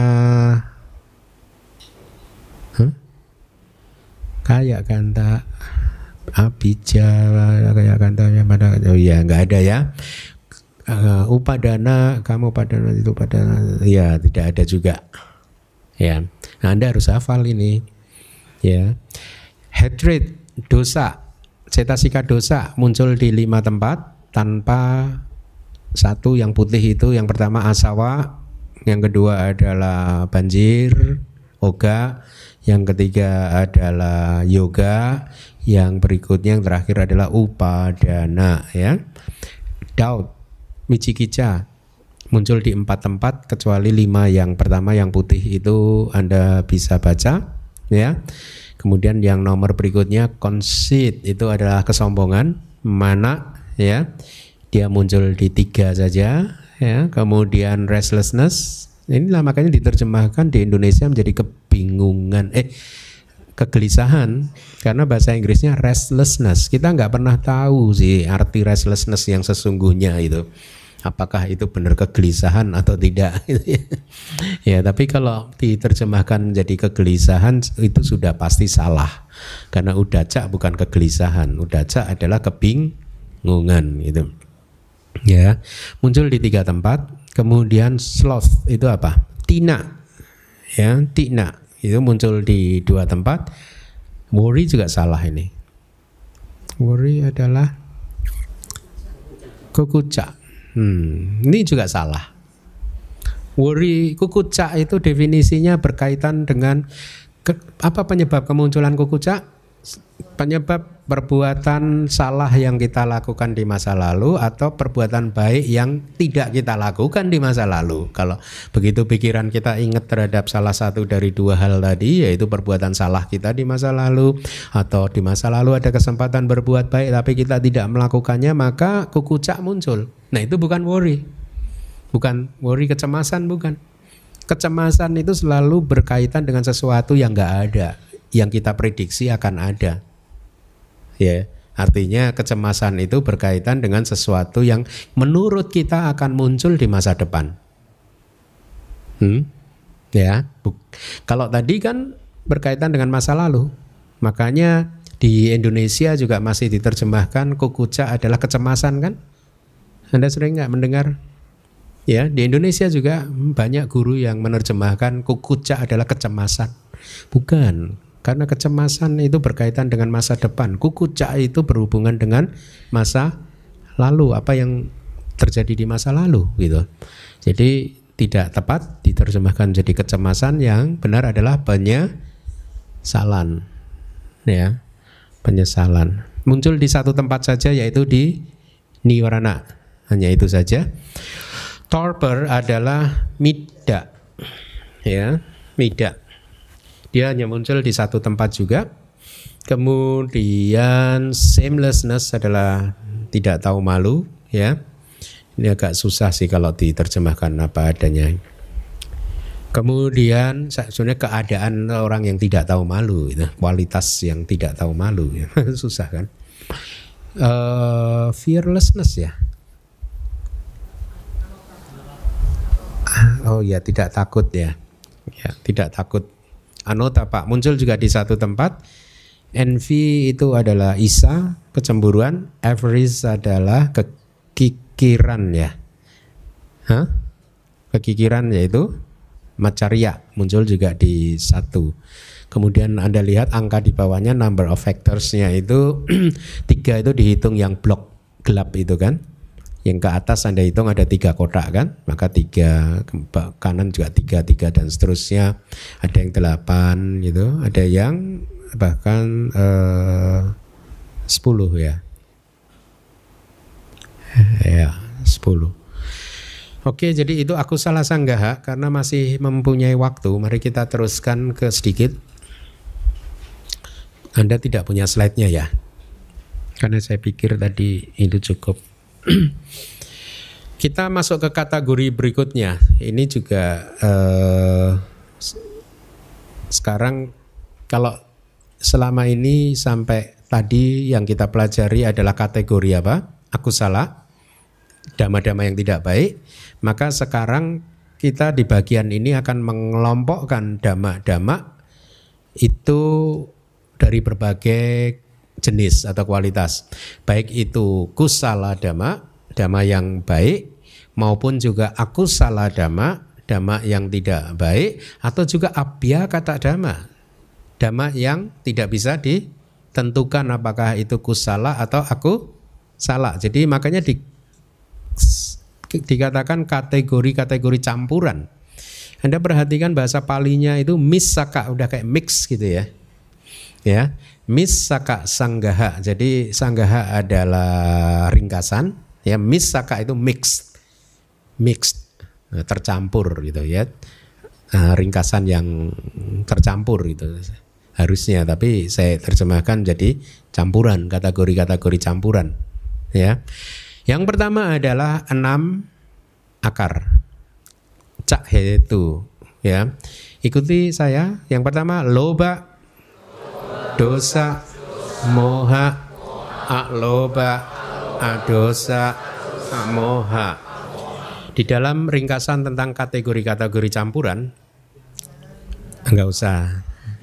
huh? Kaya ganta, abija, kaya ganta yang pada, oh ya nggak ada ya. Uh, upadana, kamu padana itu padana, ya tidak ada juga. Ya, nah, Anda harus hafal ini. Ya, hatred, dosa, cetasika dosa muncul di lima tempat tanpa satu yang putih itu. Yang pertama asawa, yang kedua adalah banjir, oga, yang ketiga adalah yoga, yang berikutnya yang terakhir adalah upadana. Ya, doubt, wicikica muncul di empat tempat kecuali lima. Yang pertama yang putih itu Anda bisa baca. Ya, kemudian yang nomor berikutnya conceit itu adalah kesombongan, mana ya, dia muncul di tiga saja ya. Kemudian restlessness, inilah makanya diterjemahkan di Indonesia menjadi kebingungan, eh kegelisahan, karena bahasa Inggrisnya restlessness. Kita nggak pernah tahu sih arti restlessness yang sesungguhnya itu. Apakah itu benar kegelisahan atau tidak? Ya, tapi kalau diterjemahkan menjadi kegelisahan itu sudah pasti salah, karena udaca bukan kegelisahan, udaca adalah kebingungan gitu. Ya, muncul di tiga tempat. Kemudian sloth itu apa? Tina, ya, tina itu muncul di dua tempat. Worry juga salah ini. Worry adalah kukuca. Hmm, ini juga salah. Worry, kukuca itu definisinya berkaitan dengan ke, apa penyebab kemunculan kukuca? Penyebab perbuatan salah yang kita lakukan di masa lalu atau perbuatan baik yang tidak kita lakukan di masa lalu. Kalau begitu pikiran kita ingat terhadap salah satu dari dua hal tadi, yaitu perbuatan salah kita di masa lalu, atau di masa lalu ada kesempatan berbuat baik tapi kita tidak melakukannya, maka kukuca muncul. Nah, itu bukan worry. Bukan worry, kecemasan bukan. Kecemasan itu selalu berkaitan dengan sesuatu yang enggak ada, yang kita prediksi akan ada. Ya, artinya kecemasan itu berkaitan dengan sesuatu yang menurut kita akan muncul di masa depan. Hmm? Ya, kalau tadi kan berkaitan dengan masa lalu, makanya di Indonesia juga masih diterjemahkan kukuca adalah kecemasan kan? Anda sering nggak mendengar? Ya, di Indonesia juga banyak guru yang menerjemahkan kukuca adalah kecemasan. Bukan, karena kecemasan itu berkaitan dengan masa depan. Kukuca itu berhubungan dengan masa lalu, apa yang terjadi di masa lalu gitu. Jadi tidak tepat diterjemahkan jadi kecemasan, yang benar adalah penyesalan. Ya, penyesalan. Muncul di satu tempat saja, yaitu di niwarana. Hanya itu saja. Torpor adalah mida. Ya, mida. Dia hanya muncul di satu tempat juga. Kemudian shamelessness adalah tidak tahu malu, ya. Ini agak susah sih kalau diterjemahkan apa adanya. Kemudian sebenarnya keadaan orang yang tidak tahu malu, gitu. Kualitas yang tidak tahu malu, ya. Susah kan? Uh, fearlessness ya. Oh ya, tidak takut ya. Ya, tidak takut. Anota Pak muncul juga di satu tempat. Envy itu adalah isa, kecemburuan. Avarice adalah kekikiran ya. Hah? Kekikiran yaitu macarya, muncul juga di satu. Kemudian Anda lihat angka di bawahnya, number of factorsnya itu tiga, itu dihitung yang blok gelap itu kan. Yang ke atas Anda hitung ada tiga kotak kan, maka tiga, kanan juga tiga, tiga dan seterusnya. Ada yang delapan gitu, ada yang bahkan eh, sepuluh ya. Ya, sepuluh. Oke, jadi itu akusala sanggaha. Karena masih mempunyai waktu, mari kita teruskan ke sedikit. Anda tidak punya slide-nya ya? Karena saya pikir tadi itu cukup. Kita masuk ke kategori berikutnya. Ini juga eh, sekarang kalau selama ini sampai tadi yang kita pelajari adalah kategori apa? Akusala, dhamma-dhamma yang tidak baik. Maka sekarang kita di bagian ini akan mengelompokkan dhamma-dhamma itu dari berbagai jenis atau kualitas, baik itu kusala dhamma, dhamma yang baik, maupun juga akusala dhamma, dhamma yang tidak baik, atau juga abhya kata dhamma, dhamma yang tidak bisa ditentukan apakah itu kusala atau akusala. Jadi makanya di, dikatakan kategori-kategori campuran. Anda perhatikan bahasa Palinya itu misaka, udah kayak mix gitu ya. Ya, misaka sanggaha. Jadi sanggaha adalah ringkasan, ya. Misaka itu mixed, mixed, tercampur gitu ya. Nah, ringkasan yang tercampur gitu harusnya, tapi saya terjemahkan jadi campuran, kategori-kategori campuran, ya. Yang pertama adalah enam akar. Cak hetu, ya. Ikuti saya. Yang pertama loba, dosa, moha, akloba, adosa, amoha. Di dalam ringkasan tentang kategori-kategori campuran, enggak usah.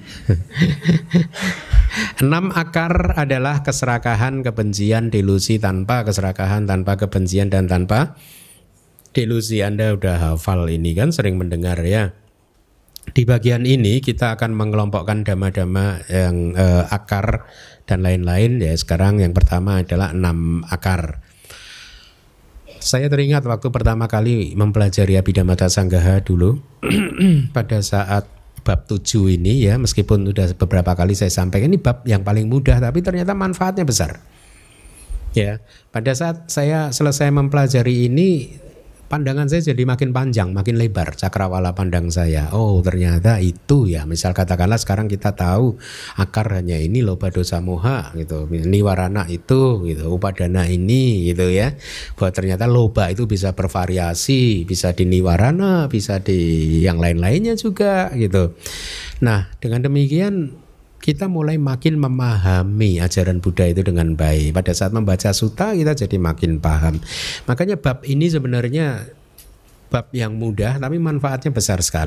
Enam akar adalah keserakahan, kebencian, delusi, tanpa keserakahan, tanpa kebencian, dan tanpa delusi. Anda udah hafal ini kan, sering mendengar ya. Di bagian ini kita akan mengelompokkan dhamma-dhamma yang eh, akar dan lain-lain ya. Sekarang yang pertama adalah enam akar. Saya teringat waktu pertama kali mempelajari Abhidhamma Sanggaha dulu pada saat bab tujuh ini ya, meskipun sudah beberapa kali saya sampaikan ini bab yang paling mudah, tapi ternyata manfaatnya besar. Ya, pada saat saya selesai mempelajari ini, pandangan saya jadi makin panjang, makin lebar cakrawala pandang saya. Oh, ternyata itu ya. Misal katakanlah sekarang kita tahu akar hanya ini, loba dosa moha gitu. Niwarana itu gitu, upadana ini gitu ya. Bahwa ternyata loba itu bisa bervariasi, bisa di niwarana, bisa di yang lain-lainnya juga gitu. Nah, dengan demikian kita mulai makin memahami ajaran Buddha itu dengan baik. Pada saat membaca sutta kita jadi makin paham. Makanya bab ini sebenarnya bab yang mudah tapi manfaatnya besar sekali.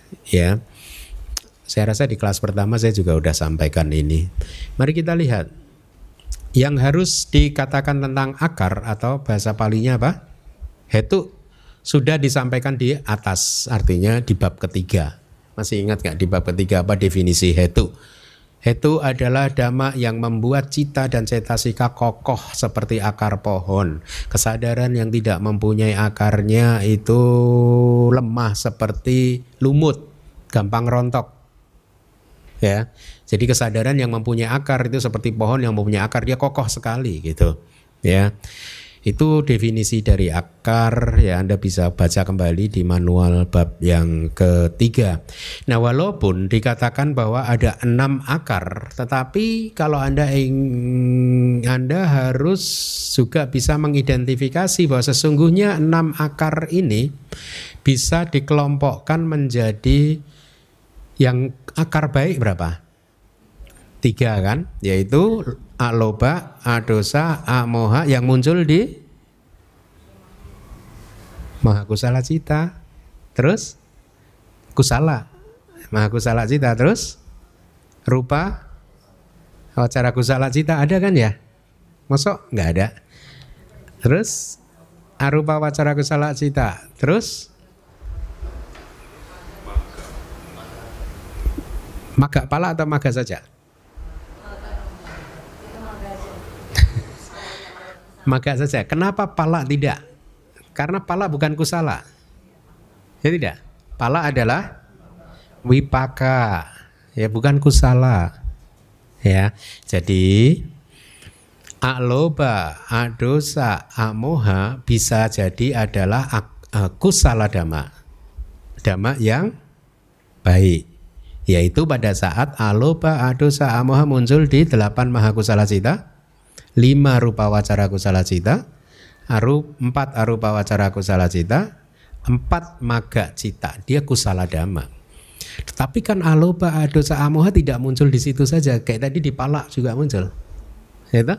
Ya, saya rasa di kelas pertama saya juga udah sampaikan ini. Mari kita lihat yang harus dikatakan tentang akar atau bahasa palinya apa? Hetu sudah disampaikan di atas, artinya di bab ketiga. Masih ingat gak di bab ketiga apa definisi hetu? Hetu adalah dhamma yang membuat cita dan cetasika kokoh seperti akar pohon. Kesadaran yang tidak mempunyai akarnya itu lemah seperti lumut, gampang rontok. Ya, jadi kesadaran yang mempunyai akar itu seperti pohon yang mempunyai akar, dia kokoh sekali gitu. Ya, itu definisi dari akar. Ya, Anda bisa baca kembali di manual bab yang ketiga. Nah, walaupun dikatakan bahwa ada enam akar, tetapi kalau Anda ing, Anda harus juga bisa mengidentifikasi bahwa sesungguhnya enam akar ini bisa dikelompokkan menjadi yang akar baik berapa? Tiga kan, yaitu aloba, adosa, amoha yang muncul di mahakusala cita, terus kusala, mahakusala cita, terus rupa, wacara kusala cita ada kan ya? Masuk nggak ada. Terus arupa wacara kusala cita, terus maga pala atau maga saja? Maga saja. Kenapa pala tidak? Karena pala bukan kusala. Ya tidak. Pala adalah wipaka. Ya bukan kusala. Ya. Jadi aloba, adosa, amoha bisa jadi adalah kusala dhamma. Dhamma yang baik. Yaitu pada saat aloba, adosa, amoha muncul di delapan mahakusala cita, lima rupa wacara kusala cita, aru, empat arupa wacara kusala cita, empat maga cita, dia kusala dhamma. Tetapi kan aloba, adosa, amoha tidak muncul di situ saja, kayak tadi di pala juga muncul. Ya toh?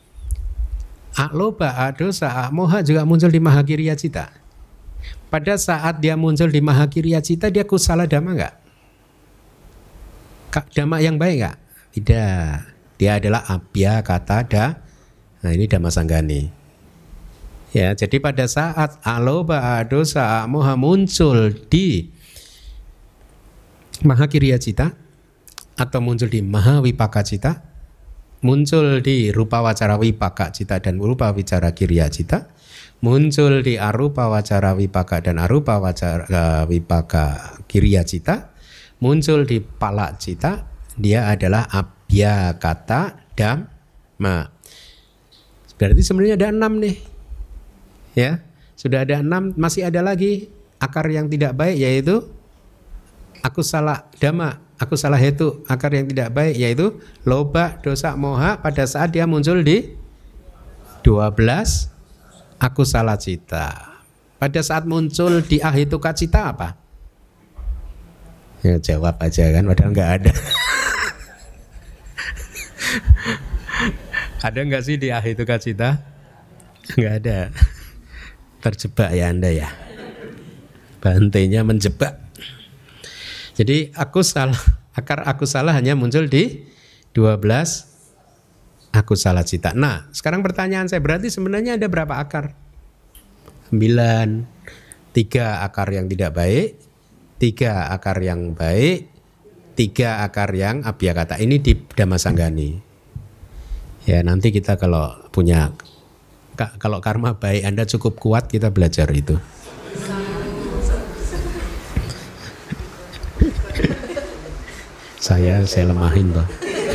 Aloba, adosa, amoha juga muncul di mahakiriya cita. Pada saat dia muncul di mahakiriya cita, dia kusala dhamma enggak? Dhamma yang baik enggak? Tidak. Dia adalah abya kata da. Nah, ini dhamma sanggani. Ya, jadi pada saat aloba, adosa, amoha muncul di mahakiriya cita atau muncul di mahawipaka cita, muncul di rupa wacara wipaka cita dan rupa wicara kiriya cita, muncul di arupa wacara wipaka dan arupa wacara wipaka kiriya cita, muncul di pala cita, dia adalah abya kata dhamma. Berarti sebenarnya ada enam nih. Ya, sudah ada enam, masih ada lagi akar yang tidak baik yaitu aku salah dhamma, aku salah hetu. Akar yang tidak baik yaitu loba, dosa, moha pada saat dia muncul di dua belas aku salah cita. Pada saat muncul di ahituka cita apa? Ya jawab aja kan, padahal nggak ada. Ada nggak sih di ahituka cita? Nggak ada. Terjebak ya Anda ya. Bantainya menjebak. Jadi aku salah, akar aku salah hanya muncul di dua belas aku salah cita. Nah, sekarang pertanyaan saya, berarti sebenarnya ada berapa akar? sembilan. Tiga akar yang tidak baik, tiga akar yang baik, tiga akar yang abya kata. Ini di Dhamma Sanggani. Ya, nanti kita kalau punya, kalau karma baik Anda cukup kuat, kita belajar itu. Saya saya lemahin toh.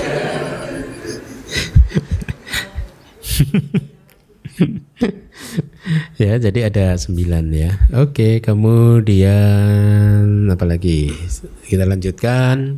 Ya, jadi ada sembilan ya. Oke, kemudian apa lagi? Kita lanjutkan.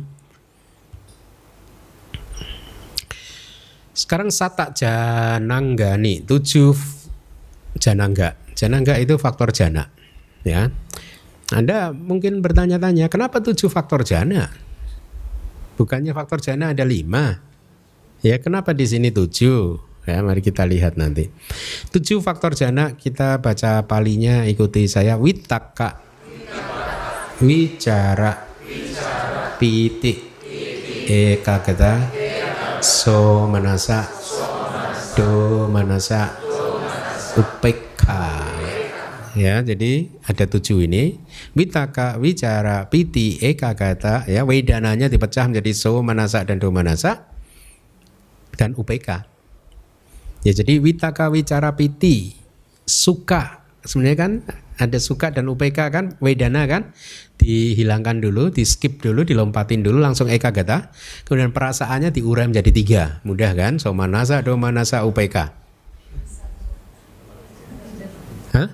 Sekarang sata jananggani, tujuh janangga. Janangga itu faktor jana. Ya, Anda mungkin bertanya-tanya, kenapa tujuh faktor jana? Bukannya faktor jana ada lima? Ya, kenapa di sini tujuh? Ya, mari kita lihat nanti. Tujuh faktor jana, kita baca palinya, ikuti saya. Wittaka, wicara, piti, ekagata, so manasa, do manasa, upekha. Ya, jadi ada tujuh ini. Vitaka, wicara, piti, ekagata. Ya, wedananya dipecah menjadi so manasa dan do manasa dan upekha. Ya, jadi vitaka, wicara, piti, suka. Sebenarnya kan ada suka dan upekha kan, wedana kan dihilangkan dulu, di skip dulu, dilompatin dulu langsung ekagata. Kemudian perasaannya diurai menjadi tiga. Mudah kan? So manasa, do manasa, upekha. Hah?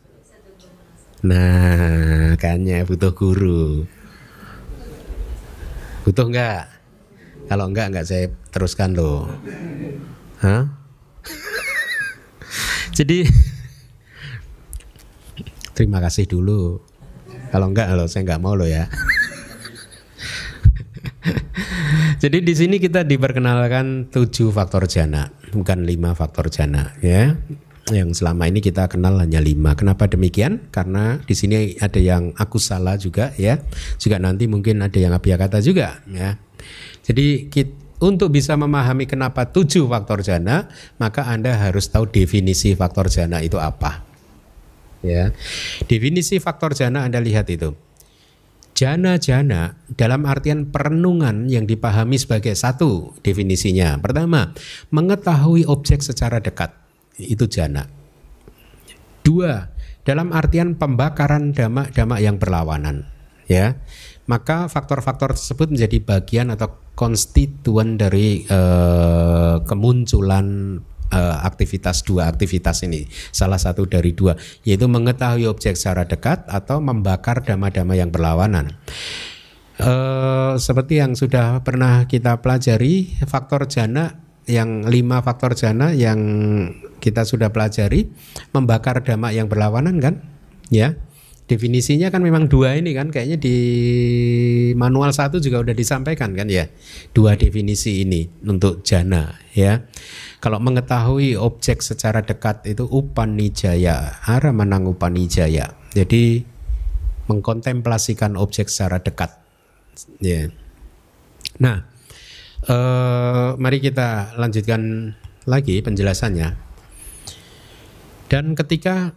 Nah, kayaknya butuh guru. Butuh enggak? Kalau enggak, enggak saya teruskan loh. Hah? Jadi terima kasih dulu. Kalau enggak, kalau saya enggak mau loh ya. Jadi di sini kita diperkenalkan tujuh faktor jana, bukan lima faktor jana, ya. Yang selama ini kita kenal hanya lima. Kenapa demikian? Karena di sini ada yang akusala juga, ya. Juga nanti mungkin ada yang abhyakata juga, ya. Jadi kita, untuk bisa memahami kenapa tujuh faktor jana, maka Anda harus tahu definisi faktor jana itu apa. Ya, definisi faktor jana Anda lihat itu. Jana-jana dalam artian perenungan yang dipahami sebagai satu definisinya. Pertama, mengetahui objek secara dekat. Itu jana. Dua, dalam artian pembakaran dhamma-dhamma yang berlawanan, ya. Maka faktor-faktor tersebut menjadi bagian atau konstituen dari uh, kemunculan uh, aktivitas dua aktivitas ini. Salah satu dari dua, yaitu mengetahui objek secara dekat atau membakar dhamma-dhamma yang berlawanan. Uh, seperti yang sudah pernah kita pelajari, faktor jana yang lima faktor jana yang kita sudah pelajari, membakar dhamma yang berlawanan kan, ya. Definisinya kan memang dua ini kan, kayaknya di manual satu juga udah disampaikan kan ya, dua definisi ini untuk jana, ya. Kalau mengetahui objek secara dekat itu upanijaya, ara menang upanijaya. Jadi mengkontemplasikan objek secara dekat, ya. Nah, eh, mari kita lanjutkan lagi penjelasannya. Dan ketika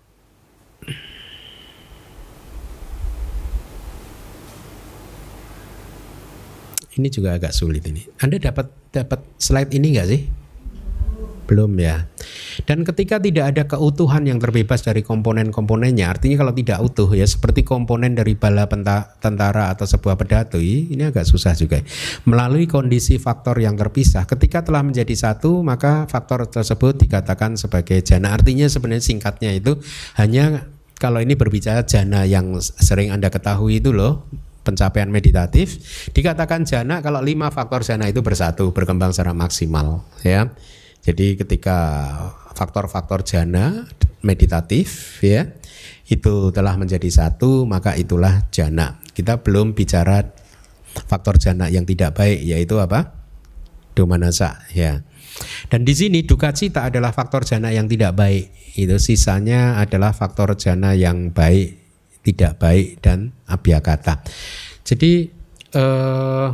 ini juga agak sulit ini. Anda dapat dapat slide ini enggak sih? Belum ya. Dan ketika tidak ada keutuhan yang terbebas dari komponen-komponennya, artinya kalau tidak utuh ya, seperti komponen dari bala tentara atau sebuah pedati, ini agak susah juga. Melalui kondisi faktor yang terpisah, ketika telah menjadi satu, maka faktor tersebut dikatakan sebagai jana. Artinya sebenarnya singkatnya itu hanya, kalau ini berbicara jana yang sering Anda ketahui itu loh, pencapaian meditatif, dikatakan jana kalau lima faktor jana itu bersatu, berkembang secara maksimal, ya. Jadi ketika faktor-faktor jana meditatif, ya, itu telah menjadi satu, maka itulah jana. Kita belum bicara faktor jana yang tidak baik, yaitu apa? Domanasa, ya. Dan di sini duka cita adalah faktor jana yang tidak baik. Itu sisanya adalah faktor jana yang baik, tidak baik, dan abhyakata. Jadi eh,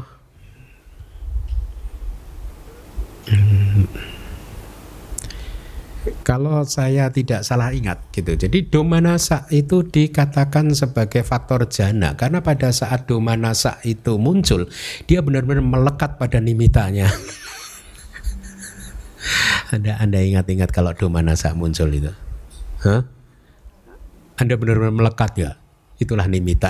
kalau saya tidak salah ingat gitu. Jadi domanasa itu dikatakan sebagai faktor jana karena pada saat domanasa itu muncul, dia benar-benar melekat pada nimitanya. Anda Anda ingat-ingat kalau domanasa muncul itu? Hah? Anda benar-benar melekat ya? Itulah nimitta.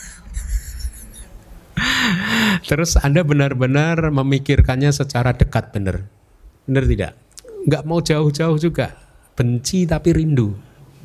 Terus Anda benar-benar memikirkannya secara dekat, benar? Benar tidak? Enggak mau jauh-jauh juga. Benci tapi rindu.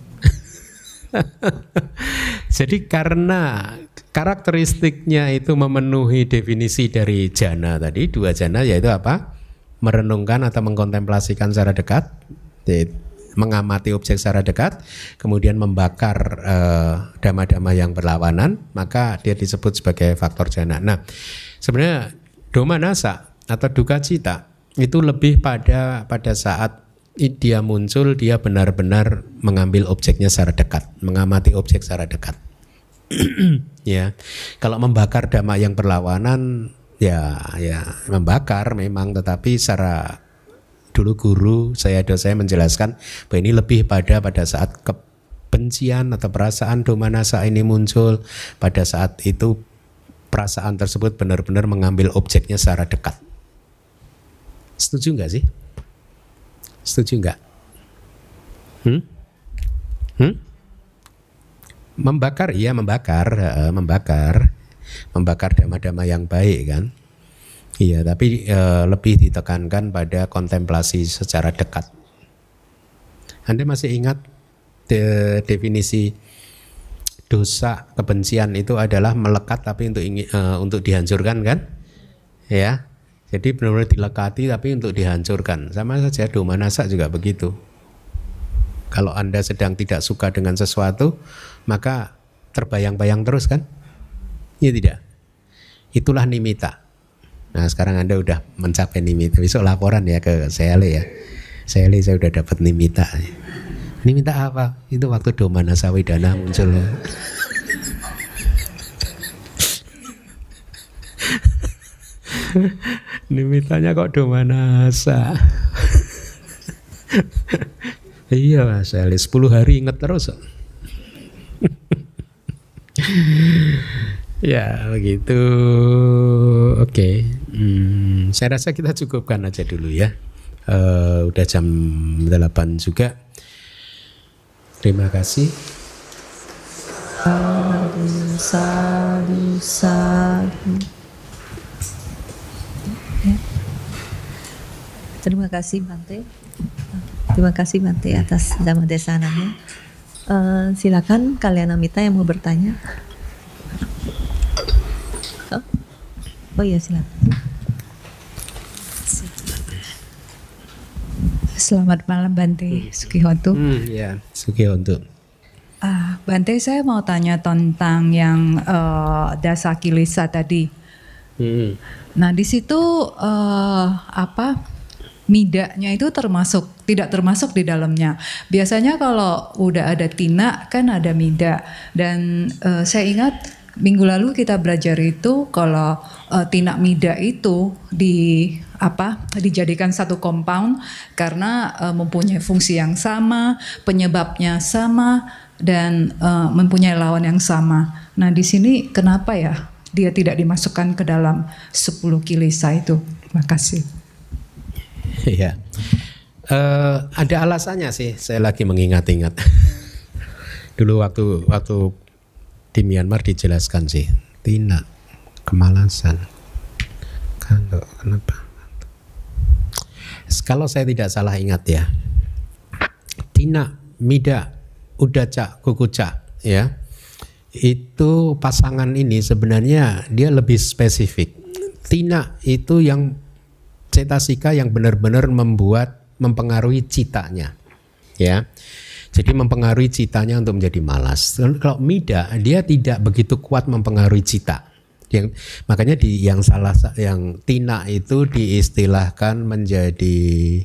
Jadi karena karakteristiknya itu memenuhi definisi dari jana tadi, dua jana, yaitu apa? Merenungkan atau mengkontemplasikan secara dekat, mengamati objek secara dekat, kemudian membakar eh, dhamma-dhamma yang berlawanan, maka dia disebut sebagai faktor jana. Nah, sebenarnya domanasa atau duka cita itu lebih pada pada saat dia muncul, dia benar-benar mengambil objeknya secara dekat, mengamati objek secara dekat. Ya, kalau membakar dhamma yang berlawanan, ya, ya membakar memang, tetapi secara dulu guru saya dosen menjelaskan bahwa ini lebih pada pada saat kebencian atau perasaan domanasa ini muncul, pada saat itu perasaan tersebut benar-benar mengambil objeknya secara dekat. Setuju nggak sih? Setuju nggak? Hmm? Hmm? Membakar, iya membakar, uh, membakar, membakar dhamma-dhamma yang baik kan? Iya, tapi uh, lebih ditekankan pada kontemplasi secara dekat. Anda masih ingat de- definisi dosa kebencian itu adalah melekat tapi untuk ingin, uh, untuk dihancurkan kan? Ya, jadi benar-benar dilekati tapi untuk dihancurkan. Sama saja domanasa juga begitu. Kalau Anda sedang tidak suka dengan sesuatu, maka terbayang-bayang terus kan? Iya tidak? Itulah nimitta. Nah sekarang Anda udah mencapai nimitta. Besok laporan ya ke Sele ya. Sele saya udah dapat nimitta. Nimitta apa? Itu waktu domanasa widana muncul. Nimittanya kok domanasa. Iya Mas Ali, sepuluh hari ingat terus. Ya begitu. Oke, hmm, saya rasa kita cukupkan aja dulu ya. uh, Udah jam delapan juga. Terima kasih. Sadu, sadu, sadu. Ya. Terima kasih Bante. Terima kasih Bante atas dhamma desananya. Uh, silakan Kalyanamita yang mau bertanya. Oh, oh iya silakan. Selamat malam Bante Sukihontu. Hmm, ya, Sukihontu. Ah, Bante, saya mau tanya tentang yang uh, dasa kilesa tadi. Hmm. Nah di situ uh, apa? Midanya itu termasuk, tidak termasuk di dalamnya. Biasanya kalau udah ada tina kan ada mida. Dan uh, saya ingat minggu lalu kita belajar itu kalau uh, tina mida itu di apa dijadikan satu compound karena uh, mempunyai fungsi yang sama, penyebabnya sama, dan uh, mempunyai lawan yang sama. Nah di sini kenapa ya dia tidak dimasukkan ke dalam sepuluh kilesa itu? Terima kasih. Ya, uh, ada alasannya sih. Saya lagi mengingat-ingat. Dulu waktu waktu di Myanmar dijelaskan sih, tina, kemalasan. Kalau kenapa? Kalau saya tidak salah ingat ya, tina, mida, udaca, kukuca, ya, itu pasangan ini sebenarnya dia lebih spesifik. Tina itu yang cetasika yang benar-benar membuat mempengaruhi citanya, ya. Jadi mempengaruhi citanya untuk menjadi malas. Kalau mida dia tidak begitu kuat mempengaruhi cita. Yang makanya di yang salah yang tina itu diistilahkan menjadi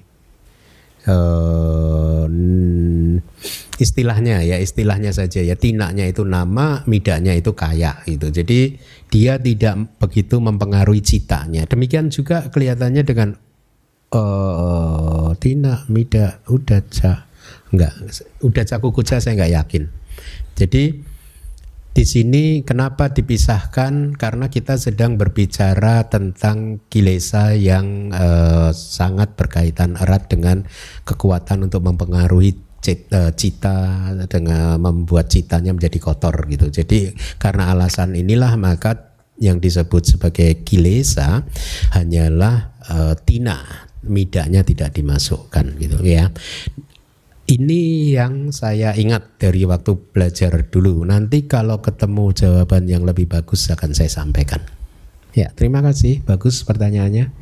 uh, istilahnya ya istilahnya saja ya tinanya itu nama, midanya itu kaya gitu. Jadi dia tidak begitu mempengaruhi citanya. Demikian juga kelihatannya dengan uh, tina, mida, udaca. Enggak, udaca kukuca saya enggak yakin. Jadi di sini kenapa dipisahkan? Karena kita sedang berbicara tentang kilesa yang uh, sangat berkaitan erat dengan kekuatan untuk mempengaruhi cita, cita dengan membuat citanya menjadi kotor gitu. Jadi karena alasan inilah maka yang disebut sebagai kilesa hanyalah uh, tina, midanya tidak dimasukkan gitu ya. Ini yang saya ingat dari waktu belajar dulu. Nanti kalau ketemu jawaban yang lebih bagus akan saya sampaikan. Ya, terima kasih. Bagus pertanyaannya.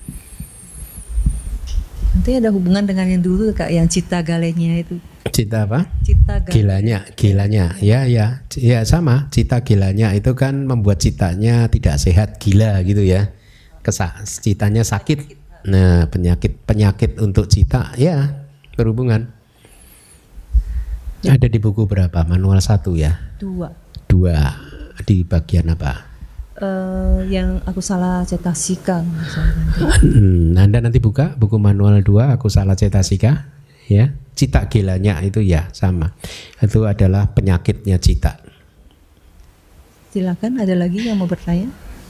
Nanti ada hubungan dengan yang dulu Kak, yang cita galenya itu. Cita apa? Cita galenya. Gilanya, gilanya. Ya, ya. Ya sama, cita gilanya itu kan membuat citanya tidak sehat, gila gitu ya. Kesak, citanya sakit. Nah, penyakit penyakit untuk cita ya berhubungan. Ada di buku berapa? Manual satu ya? Dua. dua di bagian apa? Uh, yang aku salah cetasika misalnya. Hmm, Anda nanti buka buku manual dua aku salah cetasika ya. Cita gilanya itu ya sama. Itu adalah penyakitnya cita. Silakan, ada lagi yang mau bertanya?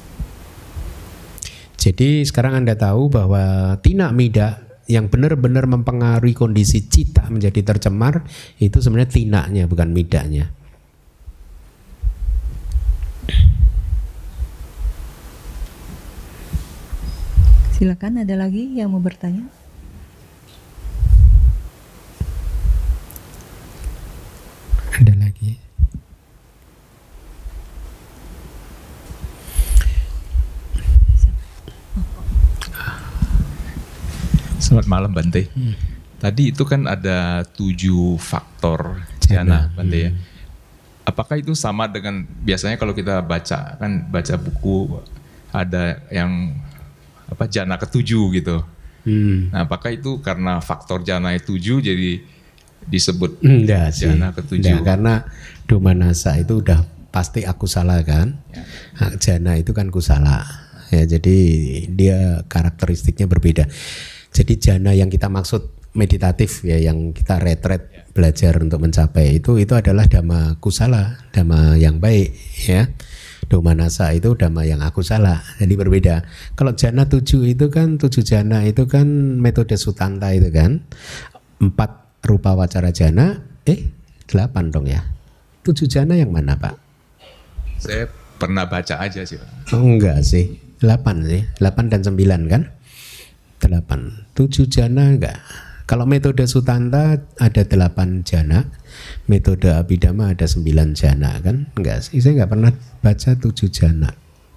Jadi sekarang Anda tahu bahwa tina mida yang benar-benar mempengaruhi kondisi cita menjadi tercemar itu sebenarnya tinanya bukan midanya. Silakan, ada lagi yang mau bertanya? Ada lagi. Selamat malam Bante. Hmm. Tadi itu kan ada tujuh faktor jana Bante ya. Apakah itu sama dengan biasanya kalau kita baca kan baca buku ada yang apa jana ketujuh gitu. Hmm. Nah, apakah itu karena faktor jana tujuh jadi disebut enggak sih, jana ketujuh? Enggak, karena domanasa itu udah pasti aku salah kan. Ya. Jana itu kan kusala. Ya, jadi dia karakteristiknya berbeda. Jadi jana yang kita maksud meditatif ya, yang kita retret ya, belajar untuk mencapai itu itu adalah dhamma kusala, dhamma yang baik ya. Domanasa itu dhamma yang aku salah, jadi berbeda. Kalau jana tujuh itu kan, tujuh jana itu kan metode Sutanta itu kan, empat rupa wacara jana, eh delapan dong ya. Tujuh jana yang mana Pak? Saya pernah baca aja sih Pak. Oh, enggak sih, delapan sih, delapan dan sembilan kan? Delapan, tujuh jana enggak. Kalau metode Sutanta ada delapan jana, metode Abhidhamma ada sembilan jana kan? Enggak sih, saya enggak pernah baca tujuh jana.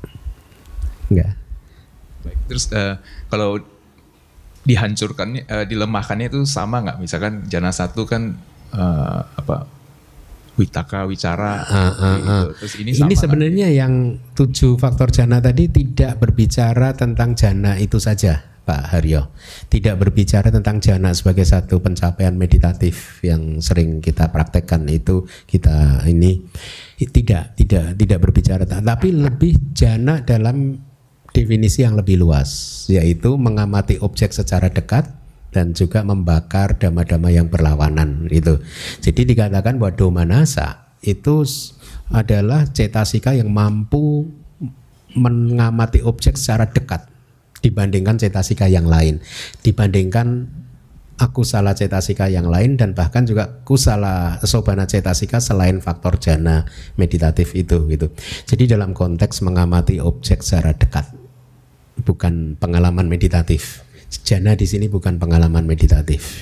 Enggak. Baik, terus uh, kalau dihancurkannya, uh, dilemahkannya itu sama nggak? Misalkan jana satu kan uh, apa? Witaka, wicara. Ah, ah, gitu. ah. Terus ini sama ini sebenarnya kan? Yang tujuh faktor jana tadi tidak berbicara tentang jana itu saja. Pak Haryo, tidak berbicara tentang jana sebagai satu pencapaian meditatif yang sering kita praktekkan itu kita ini tidak tidak tidak berbicara, tapi lebih jana dalam definisi yang lebih luas, yaitu mengamati objek secara dekat dan juga membakar dhamma-dhamma yang berlawanan itu. Jadi dikatakan bahwa domanasa itu adalah cetasika yang mampu mengamati objek secara dekat dibandingkan cetasika yang lain, dibandingkan akusala cetasika yang lain, dan bahkan juga kusala sobana cetasika selain faktor jana meditatif itu gitu. Jadi dalam konteks mengamati objek secara dekat, bukan pengalaman meditatif. Jana di sini bukan pengalaman meditatif.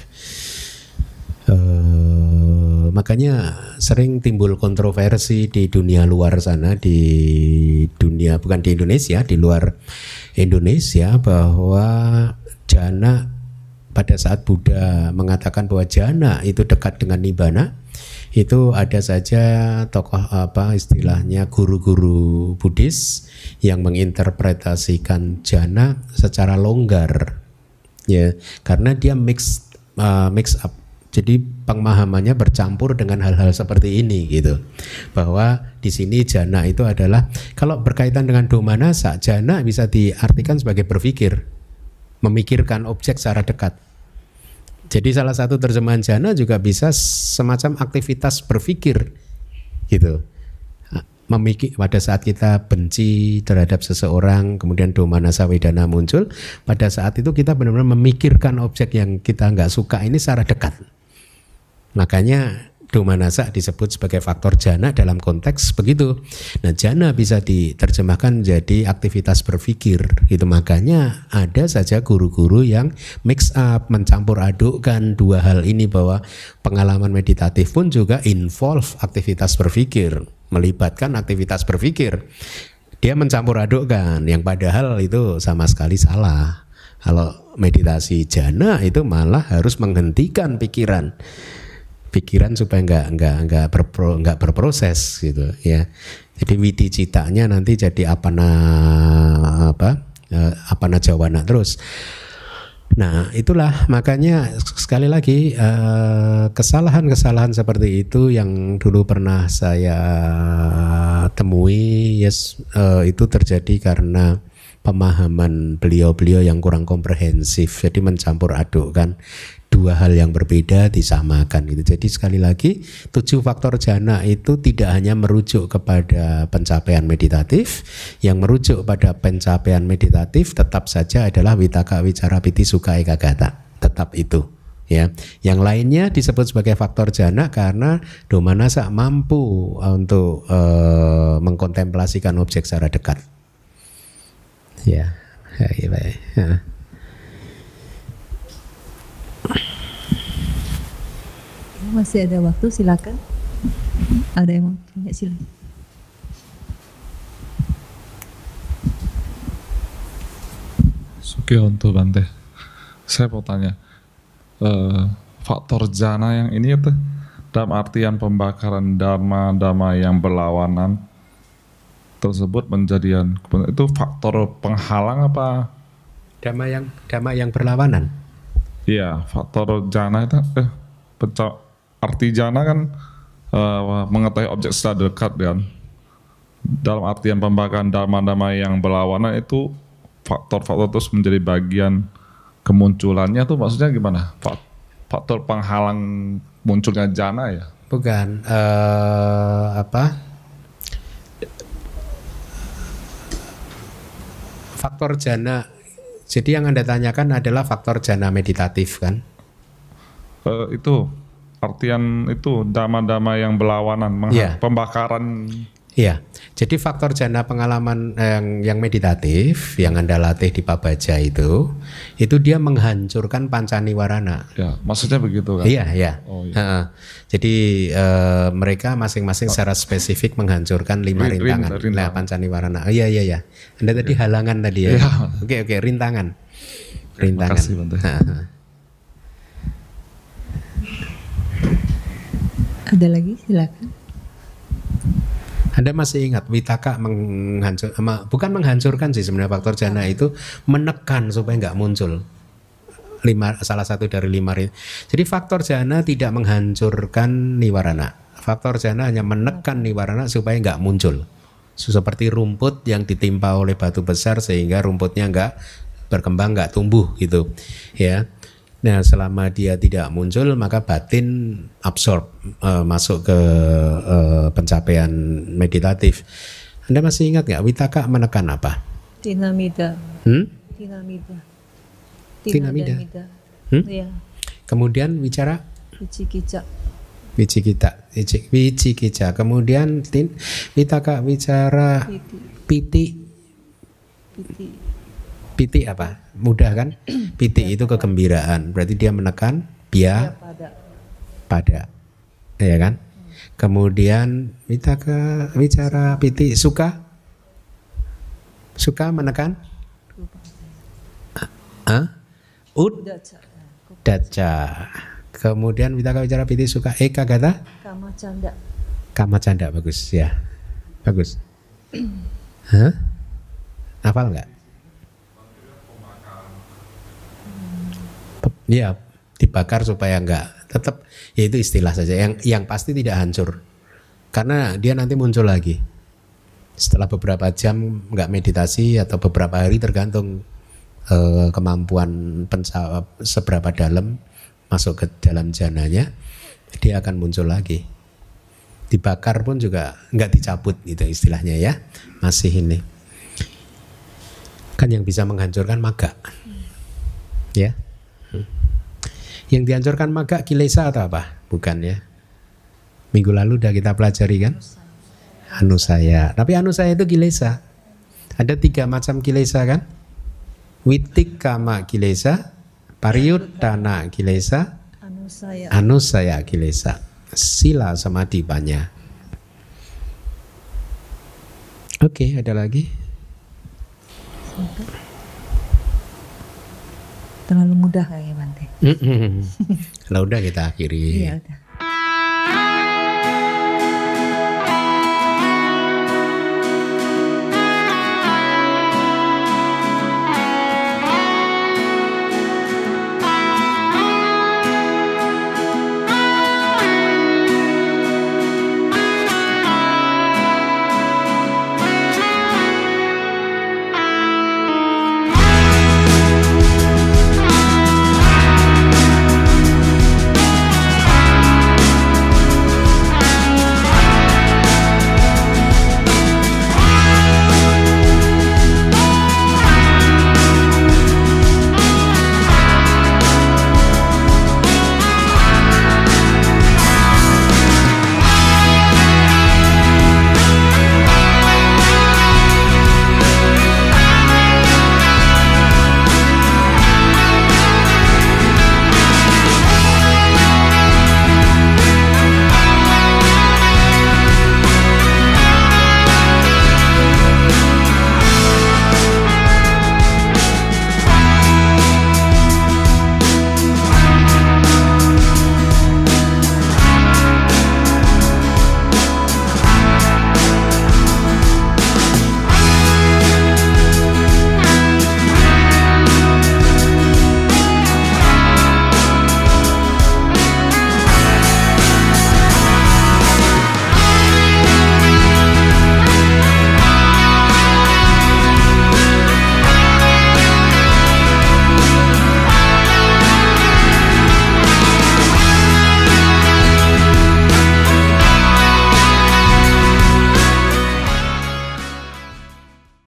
Uh, makanya sering timbul kontroversi di dunia luar sana, di dunia bukan di Indonesia, di luar Indonesia, bahwa jana pada saat Buddha mengatakan bahwa jana itu dekat dengan nibbana, itu ada saja tokoh apa istilahnya guru-guru Buddhis yang menginterpretasikan jana secara longgar ya, karena dia mix uh, mix up. Jadi pemahamannya bercampur dengan hal-hal seperti ini gitu. Bahwa di sini jana itu adalah, kalau berkaitan dengan domanasa, jana bisa diartikan sebagai berpikir, memikirkan objek secara dekat. Jadi salah satu terjemahan jana juga bisa semacam aktivitas berpikir gitu. Memikir, pada saat kita benci terhadap seseorang, kemudian domanasa wedana muncul, pada saat itu kita benar-benar memikirkan objek yang kita nggak suka ini secara dekat. Makanya domanasa disebut sebagai faktor jana dalam konteks begitu. Nah, jana bisa diterjemahkan menjadi aktivitas berpikir. Itu makanya ada saja guru-guru yang mix up, mencampur adukkan dua hal ini, bahwa pengalaman meditatif pun juga involve aktivitas berpikir, melibatkan aktivitas berpikir. Dia mencampur adukkan, yang padahal itu sama sekali salah. Kalau meditasi jana itu malah harus menghentikan pikiran. pikiran supaya nggak nggak nggak berpro, nggak berproses gitu ya. Jadi widi citanya nanti jadi apana apa apana jawana terus. Nah, itulah makanya sekali lagi eh, kesalahan-kesalahan seperti itu yang dulu pernah saya temui, yes, eh, itu terjadi karena pemahaman beliau-beliau yang kurang komprehensif. Jadi mencampur adukkan dua hal yang berbeda disamakan gitu. Jadi sekali lagi tujuh faktor jana itu tidak hanya merujuk kepada pencapaian meditatif, yang merujuk pada pencapaian meditatif tetap saja adalah vitaka, wicara, piti, sukha, ekagata. Tetap itu. Ya, yang lainnya disebut sebagai faktor jana karena domanasa mampu untuk uh, mengkontemplasikan objek secara dekat. Ya, ya, baik. Ya. Masih ada waktu, silakan. Ada yang mau tanya, silakan. Sugihonto Bante, saya mau tanya, uh, faktor jana yang ini itu dalam artian pembakaran dharma-dharma yang berlawanan tersebut menjadikan itu faktor penghalang apa? Dhamma yang dhamma yang berlawanan. Iya, faktor jana itu eh, penca- arti jana kan uh, mengetahui objek secara dekat kan. Dalam artian pembakaran dharma-dharma yang berlawanan itu faktor-faktor terus menjadi bagian kemunculannya tuh maksudnya gimana? Faktor penghalang munculnya jana ya? Bukan uh, apa? Faktor jana. Jadi yang Anda tanyakan adalah faktor jana meditatif kan? Uh, itu artian itu dhamma-dhamma yang berlawanan, mengha- yeah. pembakaran. Iya, jadi faktor jana pengalaman yang, yang meditatif yang Anda latih di Pabaja itu, itu dia menghancurkan pancaniwarana. Ya, maksudnya begitu kan? Iya, iya. Oh, iya. Ha-ha. Jadi uh, mereka masing-masing secara spesifik menghancurkan lima Rin- rintangan, rin- nah, pancaniwarana. Oh, iya, iya, iya. Anda tadi Ya. halangan tadi ya. Ya. Oke, oke, rintangan. Rintangan. Makasih, Bante. Ha-ha. Ada lagi, silakan. Anda masih ingat Vitaka menghancur, bukan menghancurkan sih sebenarnya faktor jana itu menekan supaya nggak muncul lima, salah satu dari lima. Jadi faktor jana tidak menghancurkan niwarana. Faktor jana hanya menekan niwarana supaya nggak muncul. Seperti rumput yang ditimpa oleh batu besar sehingga rumputnya nggak berkembang, nggak tumbuh gitu, ya. Nah, selama dia tidak muncul maka batin absorb uh, masuk ke uh, pencapaian meditatif. Anda masih ingat nggak Vitaka menekan apa? Tinamida. Hmm? Tinamida. Tinamida. Tinamida. Hmm? Ya. Kemudian bicara Wicikicca. Wicikita, Wici- Wicikicca. Kemudian tin, Vitaka bicara Piti. piti. Piti. Piti apa? Mudah kan? Piti itu kegembiraan. Berarti dia menekan bia Pada. pada, ya kan? Kemudian Vitaka bicara piti suka, suka menekan, ah, ud, Daca. daca. Kemudian Vitaka bicara piti suka, eka kata, Kama canda. kama canda, bagus ya, bagus. Hah? Hafal nggak? Iya, dibakar supaya nggak tetap, ya itu istilah saja. Yang yang pasti tidak hancur, karena dia nanti muncul lagi setelah beberapa jam nggak meditasi atau beberapa hari tergantung eh, kemampuan penca- seberapa dalam masuk ke dalam jananya, dia akan muncul lagi. Dibakar pun juga nggak dicabut gitu istilahnya ya, masih ini. Kan yang bisa menghancurkan maga, ya. Yang dihancurkan maga kilesa atau apa? Bukan ya. Minggu lalu udah kita pelajari kan? Anusaya. Tapi anusaya itu kilesa. Ada tiga macam kilesa kan? Witikama kilesa, pariyuttana kilesa, Anusaya. anusaya kilesa. Sila samadhi banyak. Oke, ada lagi? Terlalu mudah kayaknya Bante. Kalau udah kita akhiri. Iya udah.